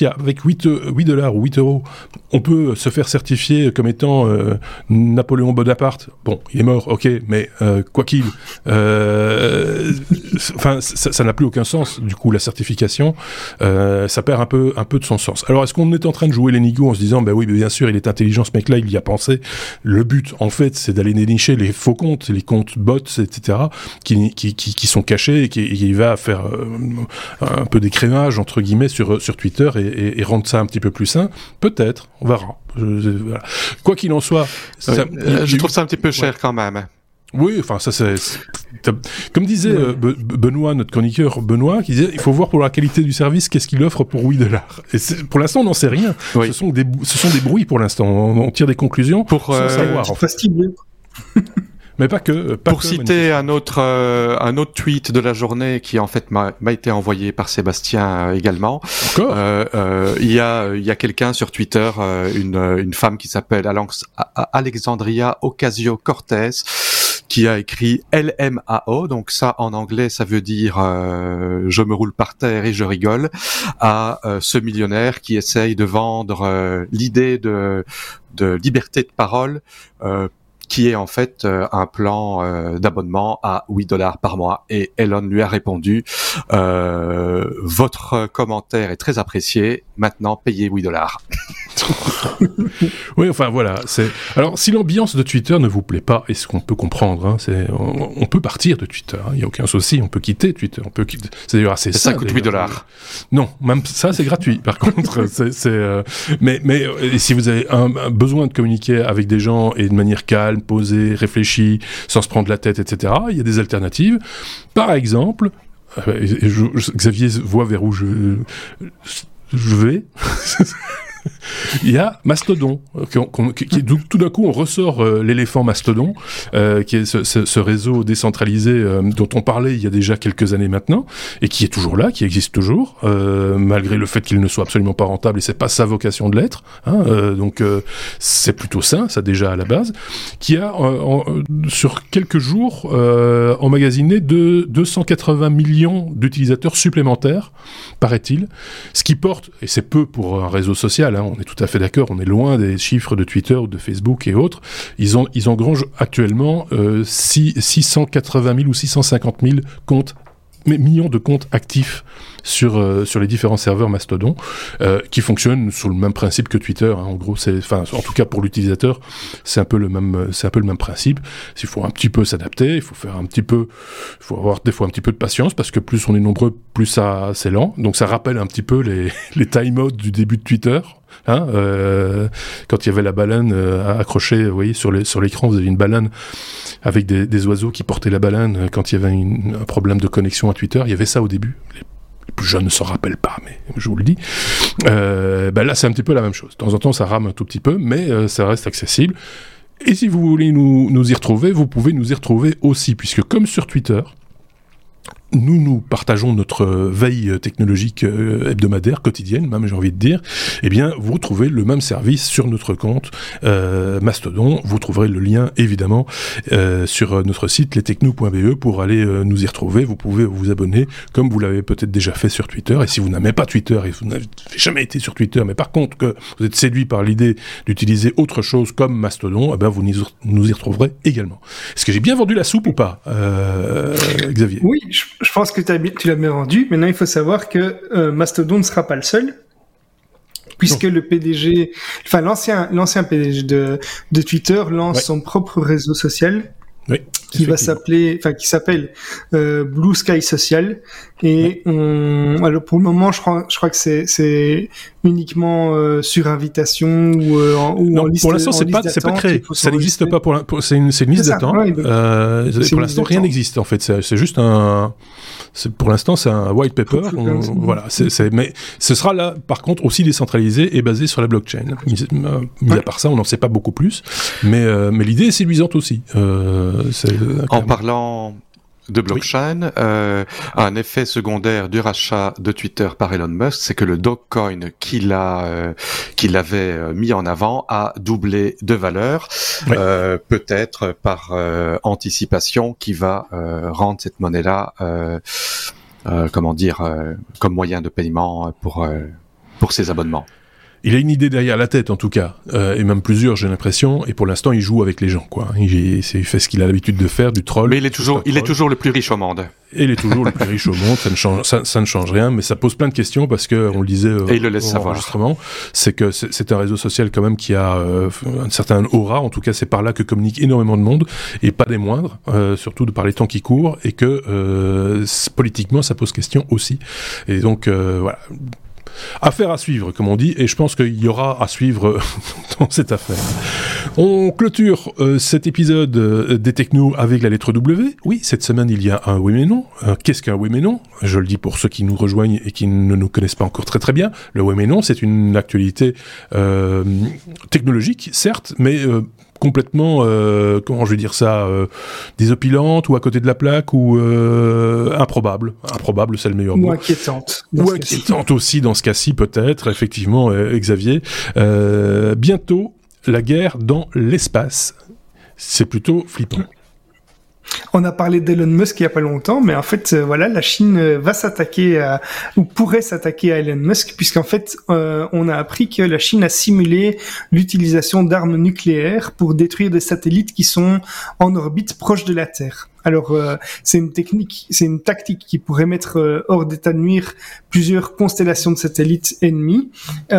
qu'avec huit dollars ou huit euros, on peut se faire certifier comme étant euh, Napoléon Bonaparte. Bon, il est mort, ok, mais euh, quoi qu'il, euh, enfin, ça, ça n'a plus aucun sens. Du coup, la certification, euh, ça perd un peu, un peu de son sens. Alors, est-ce qu'on est en train de jouer les nigauds en se disant, ben oui, bien sûr, il est intelligent, ce mec-là, il y a pensé. Le but, en fait, c'est d'aller dénicher les faux comptes, les comptes bots, et cetera, qui, qui, qui, qui sont cachés et qui, et qui va faire euh, un peu d'écrémage, entre guillemets, sur, sur Twitter et, et, et rendre ça un petit peu plus sain. Peut-être, on verra. Je, je, voilà. Quoi qu'il en soit, oui, ça, euh, il, je il, trouve ça un petit peu cher ouais. quand même. Oui, enfin ça c'est, c'est comme disait euh, Be- Benoît, notre chroniqueur Benoît, qui disait il faut voir pour la qualité du service qu'est-ce qu'il offre pour huit dollars. Et c'est, pour l'instant on n'en sait rien. Oui. Ce sont des ce sont des bruits pour l'instant. On, on tire des conclusions pour euh, sans savoir. En fait. Mais pas que. Pas pour que, citer un autre euh, un autre tweet de la journée qui en fait m'a, m'a été envoyé par Sébastien euh, également. Encore. Euh, euh, il y a il y a quelqu'un sur Twitter, euh, une une femme qui s'appelle Alex, Alexandria Ocasio-Cortez, qui a écrit L M A O, donc ça en anglais ça veut dire euh, je me roule par terre et je rigole, à euh, ce millionnaire qui essaye de vendre euh, l'idée de de liberté de parole, euh, qui est en fait euh, un plan euh, d'abonnement à huit dollars par mois. Et Elon lui a répondu euh, votre commentaire est très apprécié, maintenant payez huit dollars. Oui, enfin voilà. C'est... Alors, si l'ambiance de Twitter ne vous plaît pas, et ce qu'on peut comprendre, hein, c'est on, on peut partir de Twitter. Il hein, n'y a aucun souci, on peut quitter Twitter. On peut quitter... C'est d'ailleurs assez ça. Ça coûte huit d'ailleurs. dollars. Non, même ça, c'est gratuit. Par contre, c'est, c'est euh... mais mais et si vous avez un, un besoin de communiquer avec des gens et de manière calme, posée, réfléchie, sans se prendre la tête, et cetera, il y a des alternatives. Par exemple, euh, et je, je, Xavier voit vers où je je vais. Il y a Mastodon, qui, qui, qui, tout d'un coup on ressort euh, l'éléphant Mastodon, euh, qui est ce, ce, ce réseau décentralisé euh, dont on parlait il y a déjà quelques années maintenant, et qui est toujours là, qui existe toujours, euh, malgré le fait qu'il ne soit absolument pas rentable, et c'est pas sa vocation de l'être, hein, euh, donc euh, c'est plutôt sain, ça déjà à la base, qui a euh, en, sur quelques jours euh, emmagasiné de deux cent quatre-vingts millions d'utilisateurs supplémentaires, paraît-il, ce qui porte, et c'est peu pour un réseau social, hein, on est tout à fait d'accord, on est loin des chiffres de Twitter ou de Facebook et autres. Ils, ont, ils engrangent actuellement euh, six cent quatre-vingt mille ou six cent cinquante mille comptes, mais millions de comptes actifs sur euh, sur les différents serveurs Mastodon, euh, qui fonctionnent sous le même principe que Twitter. Hein. En gros, c'est, enfin, en tout cas pour l'utilisateur, c'est un peu le même, c'est un peu le même principe. Il faut un petit peu s'adapter, il faut faire un petit peu, il faut avoir des fois un petit peu de patience parce que plus on est nombreux, plus ça c'est lent. Donc ça rappelle un petit peu les les time-out du début de Twitter. Hein, euh, quand il y avait la baleine euh, accrochée, vous voyez, sur, les, sur l'écran, vous avez une baleine avec des, des oiseaux qui portaient la baleine. Quand il y avait une, un problème de connexion à Twitter, il y avait ça au début. Les, les plus jeunes ne s'en rappellent pas, mais je vous le dis. Euh, ben là, c'est un petit peu la même chose. De temps en temps, ça rame un tout petit peu, mais euh, ça reste accessible. Et si vous voulez nous, nous y retrouver, vous pouvez nous y retrouver aussi, puisque comme sur Twitter, nous, nous partageons notre veille technologique euh, hebdomadaire, quotidienne, même j'ai envie de dire, eh bien, vous trouvez le même service sur notre compte euh, Mastodon. Vous trouverez le lien, évidemment, euh, sur notre site lestechno point b e pour aller euh, nous y retrouver. Vous pouvez vous abonner, comme vous l'avez peut-être déjà fait sur Twitter. Et si vous n'aimez pas Twitter, et vous n'avez jamais été sur Twitter, mais par contre que vous êtes séduit par l'idée d'utiliser autre chose comme Mastodon, eh bien, vous nous y retrouverez également. Est-ce que j'ai bien vendu la soupe ou pas, euh, Xavier ? Oui, je... Je pense que t'as, tu l'as bien rendu. Maintenant, il faut savoir que euh, Mastodon ne sera pas le seul, puisque non. le P D G, enfin l'ancien, l'ancien P D G de, de Twitter lance ouais. son propre réseau social. Oui, qui va s'appeler, enfin qui s'appelle euh, Blue Sky Social. Et ouais. on, alors pour le moment, je crois, je crois que c'est, c'est uniquement euh, sur invitation ou, euh, en, ou non, en liste. Pour l'instant, en c'est liste pas, c'est pas créé. Ça n'existe pas pour, la, pour c'est une, c'est une liste c'est d'attente. Ouais, euh, pour l'instant, rien n'existe en fait. C'est, c'est juste un. C'est, pour l'instant, c'est un white paper. On, voilà, c'est, c'est, mais ce sera là, par contre, aussi décentralisé et basé sur la blockchain. Mis, euh, mis ouais. à part ça, on n'en sait pas beaucoup plus. Mais, euh, mais l'idée est séduisante aussi. Euh, c'est, en parlant de blockchain, oui. euh, un effet secondaire du rachat de Twitter par Elon Musk, c'est que le Dogecoin qu'il a, euh, qu'il avait mis en avant a doublé de valeur, oui. euh, peut-être par euh, anticipation qui va euh, rendre cette monnaie-là, euh, euh, comment dire, euh, comme moyen de paiement pour euh, pour ses abonnements. Il a une idée derrière la tête, en tout cas, euh, et même plusieurs, j'ai l'impression. Et pour l'instant, il joue avec les gens, quoi. Il, il fait ce qu'il a l'habitude de faire, du troll. Mais il est toujours, il est toujours le plus riche au monde. Et il est toujours le plus riche au monde. Ça ne change, ça, ça ne change rien, mais ça pose plein de questions parce que on le disait euh, et il le laisse savoir. Enregistrement, c'est que c'est, c'est un réseau social quand même qui a euh, un certain aura. En tout cas, c'est par là que communique énormément de monde et pas des moindres, euh, surtout de par les temps qui courent et que euh, politiquement, ça pose question aussi. Et donc euh, voilà. Affaire à suivre, comme on dit, et je pense qu'il y aura à suivre dans cette affaire. On clôture euh, cet épisode euh, des Technos avec la lettre W. Oui, cette semaine, il y a un oui mais non. Euh, qu'est-ce qu'un oui mais non ? Je le dis pour ceux qui nous rejoignent et qui ne nous connaissent pas encore très très bien. Le oui mais non, c'est une actualité euh, technologique, certes, mais... Euh, complètement, euh, comment je vais dire ça, euh, désopilante ou à côté de la plaque ou euh, improbable. Improbable, c'est le meilleur mot. Ou inquiétante. Ou inquiétante aussi dans ce cas-ci, peut-être, effectivement, euh, Xavier. Euh, bientôt, la guerre dans l'espace. C'est plutôt flippant. On a parlé d'Elon Musk il y a pas longtemps, mais en fait, euh, voilà, la Chine euh, va s'attaquer à, ou pourrait s'attaquer à Elon Musk, puisqu'en fait, euh, on a appris que la Chine a simulé l'utilisation d'armes nucléaires pour détruire des satellites qui sont en orbite proche de la Terre. Alors, euh, c'est une technique, c'est une tactique qui pourrait mettre euh, hors d'état de nuire plusieurs constellations de satellites ennemis.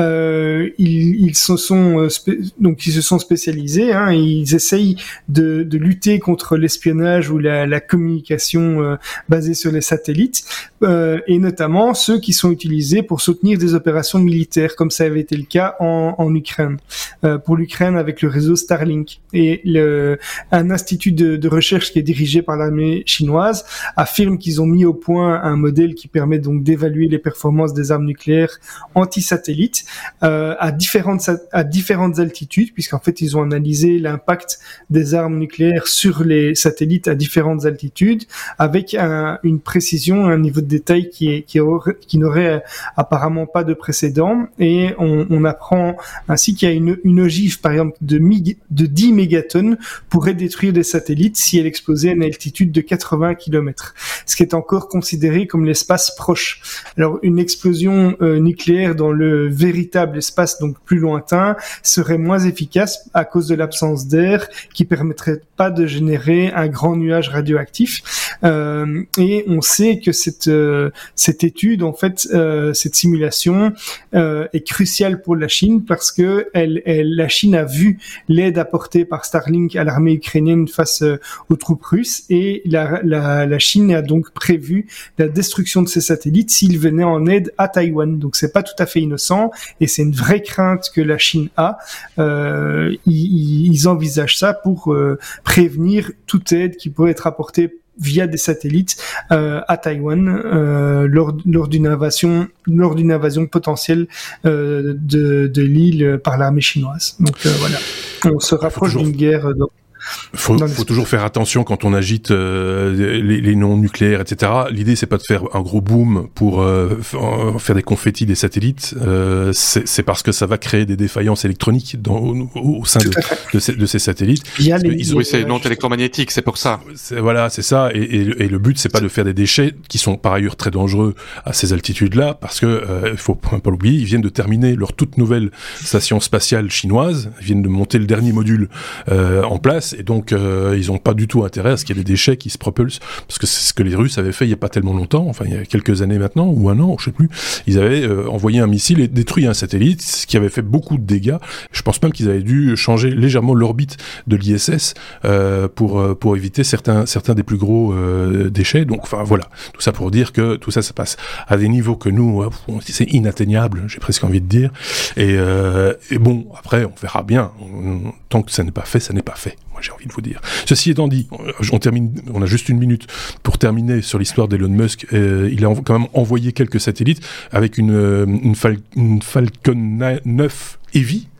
Euh, ils, ils se sont euh, spé- donc ils se sont spécialisés. Hein, ils essayent de, de lutter contre l'espionnage ou la, la communication euh, basée sur les satellites, euh, et notamment ceux qui sont utilisés pour soutenir des opérations militaires, comme ça avait été le cas en, en Ukraine. Euh, pour l'Ukraine avec le réseau Starlink et le, un institut de, de recherche qui est dirigé par l'armée chinoise affirme qu'ils ont mis au point un modèle qui permet donc d'évaluer les performances des armes nucléaires anti-satellites euh, à différentes à différentes altitudes, puisqu'en fait ils ont analysé l'impact des armes nucléaires sur les satellites à différentes altitudes avec un, une précision, un niveau de détail qui est qui, aurait, qui n'aurait apparemment pas de précédent. Et on, on apprend ainsi qu'il y a une, une ogive par exemple de, mig, de dix mégatonnes pourrait détruire des satellites si elle explosait à une altitude de quatre-vingts kilomètres, ce qui est encore considéré comme l'espace proche. Alors, une explosion euh, nucléaire dans le véritable espace, donc plus lointain, serait moins efficace à cause de l'absence d'air, qui permettrait pas de générer un grand nuage radioactif. Euh, et on sait que cette euh, cette étude, en fait, euh, cette simulation euh, est cruciale pour la Chine parce que elle, elle, la Chine a vu l'aide apportée par Starlink à l'armée ukrainienne face euh, aux troupes russes. Et la, la, la Chine a donc prévu la destruction de ces satellites s'ils venaient en aide à Taïwan. Donc c'est pas tout à fait innocent et c'est une vraie crainte que la Chine a. Euh, ils, ils envisagent ça pour euh, prévenir toute aide qui pourrait être apportée via des satellites euh, à Taïwan euh, lors, lors d'une invasion, lors d'une invasion potentielle euh, de, de l'île par l'armée chinoise. Donc euh, voilà, on se rapproche d'une guerre. Donc, Faut, faut toujours faire attention quand on agite euh, les, les noms nucléaires, et cetera. L'idée, c'est pas de faire un gros boom pour euh, faire des confettis des satellites. Euh, c'est, c'est parce que ça va créer des défaillances électroniques dans, au, au sein de, de, ces, de ces satellites. Il y a les, ils, oui, c'est une onde électromagnétique, c'est pour ça. C'est, voilà, c'est ça. Et, et, et le but, c'est pas de faire des déchets qui sont par ailleurs très dangereux à ces altitudes-là, parce que euh, il faut pas l'oublier, ils viennent de terminer leur toute nouvelle station spatiale chinoise. Ils viennent de monter le dernier module euh, en place. Et donc, euh, ils n'ont pas du tout intérêt à ce qu'il y ait des déchets qui se propulsent, parce que c'est ce que les Russes avaient fait il n'y a pas tellement longtemps, enfin il y a quelques années maintenant, ou un an, je sais plus. Ils avaient euh, envoyé un missile et détruit un satellite, ce qui avait fait beaucoup de dégâts. Je pense même qu'ils avaient dû changer légèrement l'orbite de l'I S S euh, pour euh, pour éviter certains certains des plus gros euh, déchets. Donc, enfin voilà, tout ça pour dire que tout ça se passe à des niveaux que nous, euh, c'est inatteignable, j'ai presque envie de dire. Et, euh, et bon, après, on verra bien. On, tant que ça n'est pas fait, ça n'est pas fait. Moi, j'ai envie de vous dire. Ceci étant dit, on termine, on a juste une minute pour terminer sur l'histoire d'Elon Musk. Euh, il a quand même envoyé quelques satellites avec une, une, Fal- une Falcon neuf Heavy.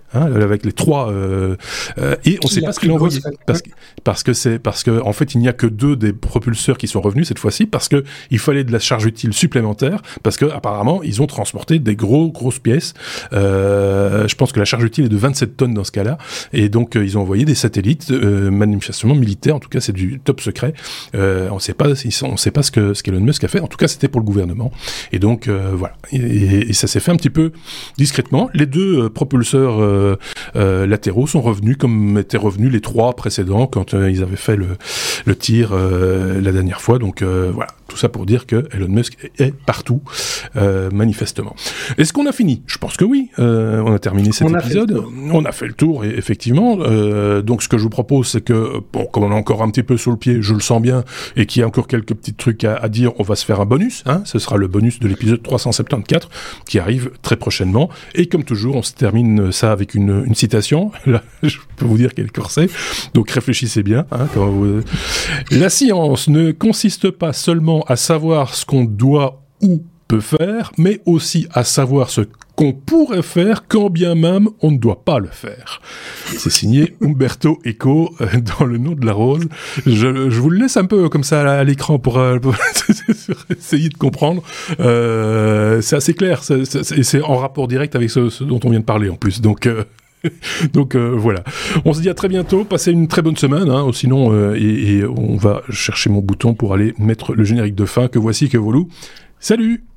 hein, avec les trois, euh, euh, et on ne sait pas ce qu'il a envoyé, parce que, parce que c'est, parce que, en fait, il n'y a que deux des propulseurs qui sont revenus cette fois-ci, parce que il fallait de la charge utile supplémentaire, parce que, apparemment, ils ont transporté des gros, grosses pièces, euh, je pense que la charge utile est de vingt-sept tonnes dans ce cas-là, et donc, euh, ils ont envoyé des satellites, euh, manifestement militaires, en tout cas, c'est du top secret, euh, on ne sait pas, on sait pas ce que, ce qu'Elon Musk a fait, en tout cas, c'était pour le gouvernement, et donc, euh, voilà, et, et, et ça s'est fait un petit peu discrètement. Les deux euh, propulseurs euh, euh, latéraux sont revenus comme étaient revenus les trois précédents quand euh, ils avaient fait le, le tir euh, la dernière fois. Donc euh, voilà, tout ça pour dire que Elon Musk est partout, euh, manifestement. Est-ce qu'on a fini ? Je pense que oui. Euh, on a terminé cet on épisode. A on a fait le tour, et, effectivement. Euh, donc ce que je vous propose, c'est que, bon, comme on a encore un petit peu sous le pied, je le sens bien, et qu'il y a encore quelques petits trucs à, à dire, on va se faire un bonus. Hein, ce sera le bonus de l'épisode trois cent soixante-quatorze qui arrive très prochainement. Et comme toujours, on se termine ça avec une, une citation. Là, je peux vous dire quel corset. Donc réfléchissez bien. Hein, quand vous... La science ne consiste pas seulement à savoir ce qu'on doit ou peut faire, mais aussi à savoir ce qu'on pourrait faire quand bien même on ne doit pas le faire. C'est signé Umberto Eco euh, dans Le Nom de la Rose. Je, je vous le laisse un peu comme ça à l'écran pour, euh, pour essayer de comprendre. Euh, c'est assez clair, c'est, c'est, c'est en rapport direct avec ce, ce dont on vient de parler en plus. Donc... Euh, Donc euh, voilà, on se dit à très bientôt, passez une très bonne semaine, hein, sinon euh, et, et on va chercher mon bouton pour aller mettre le générique de fin que voici que Volou. Salut!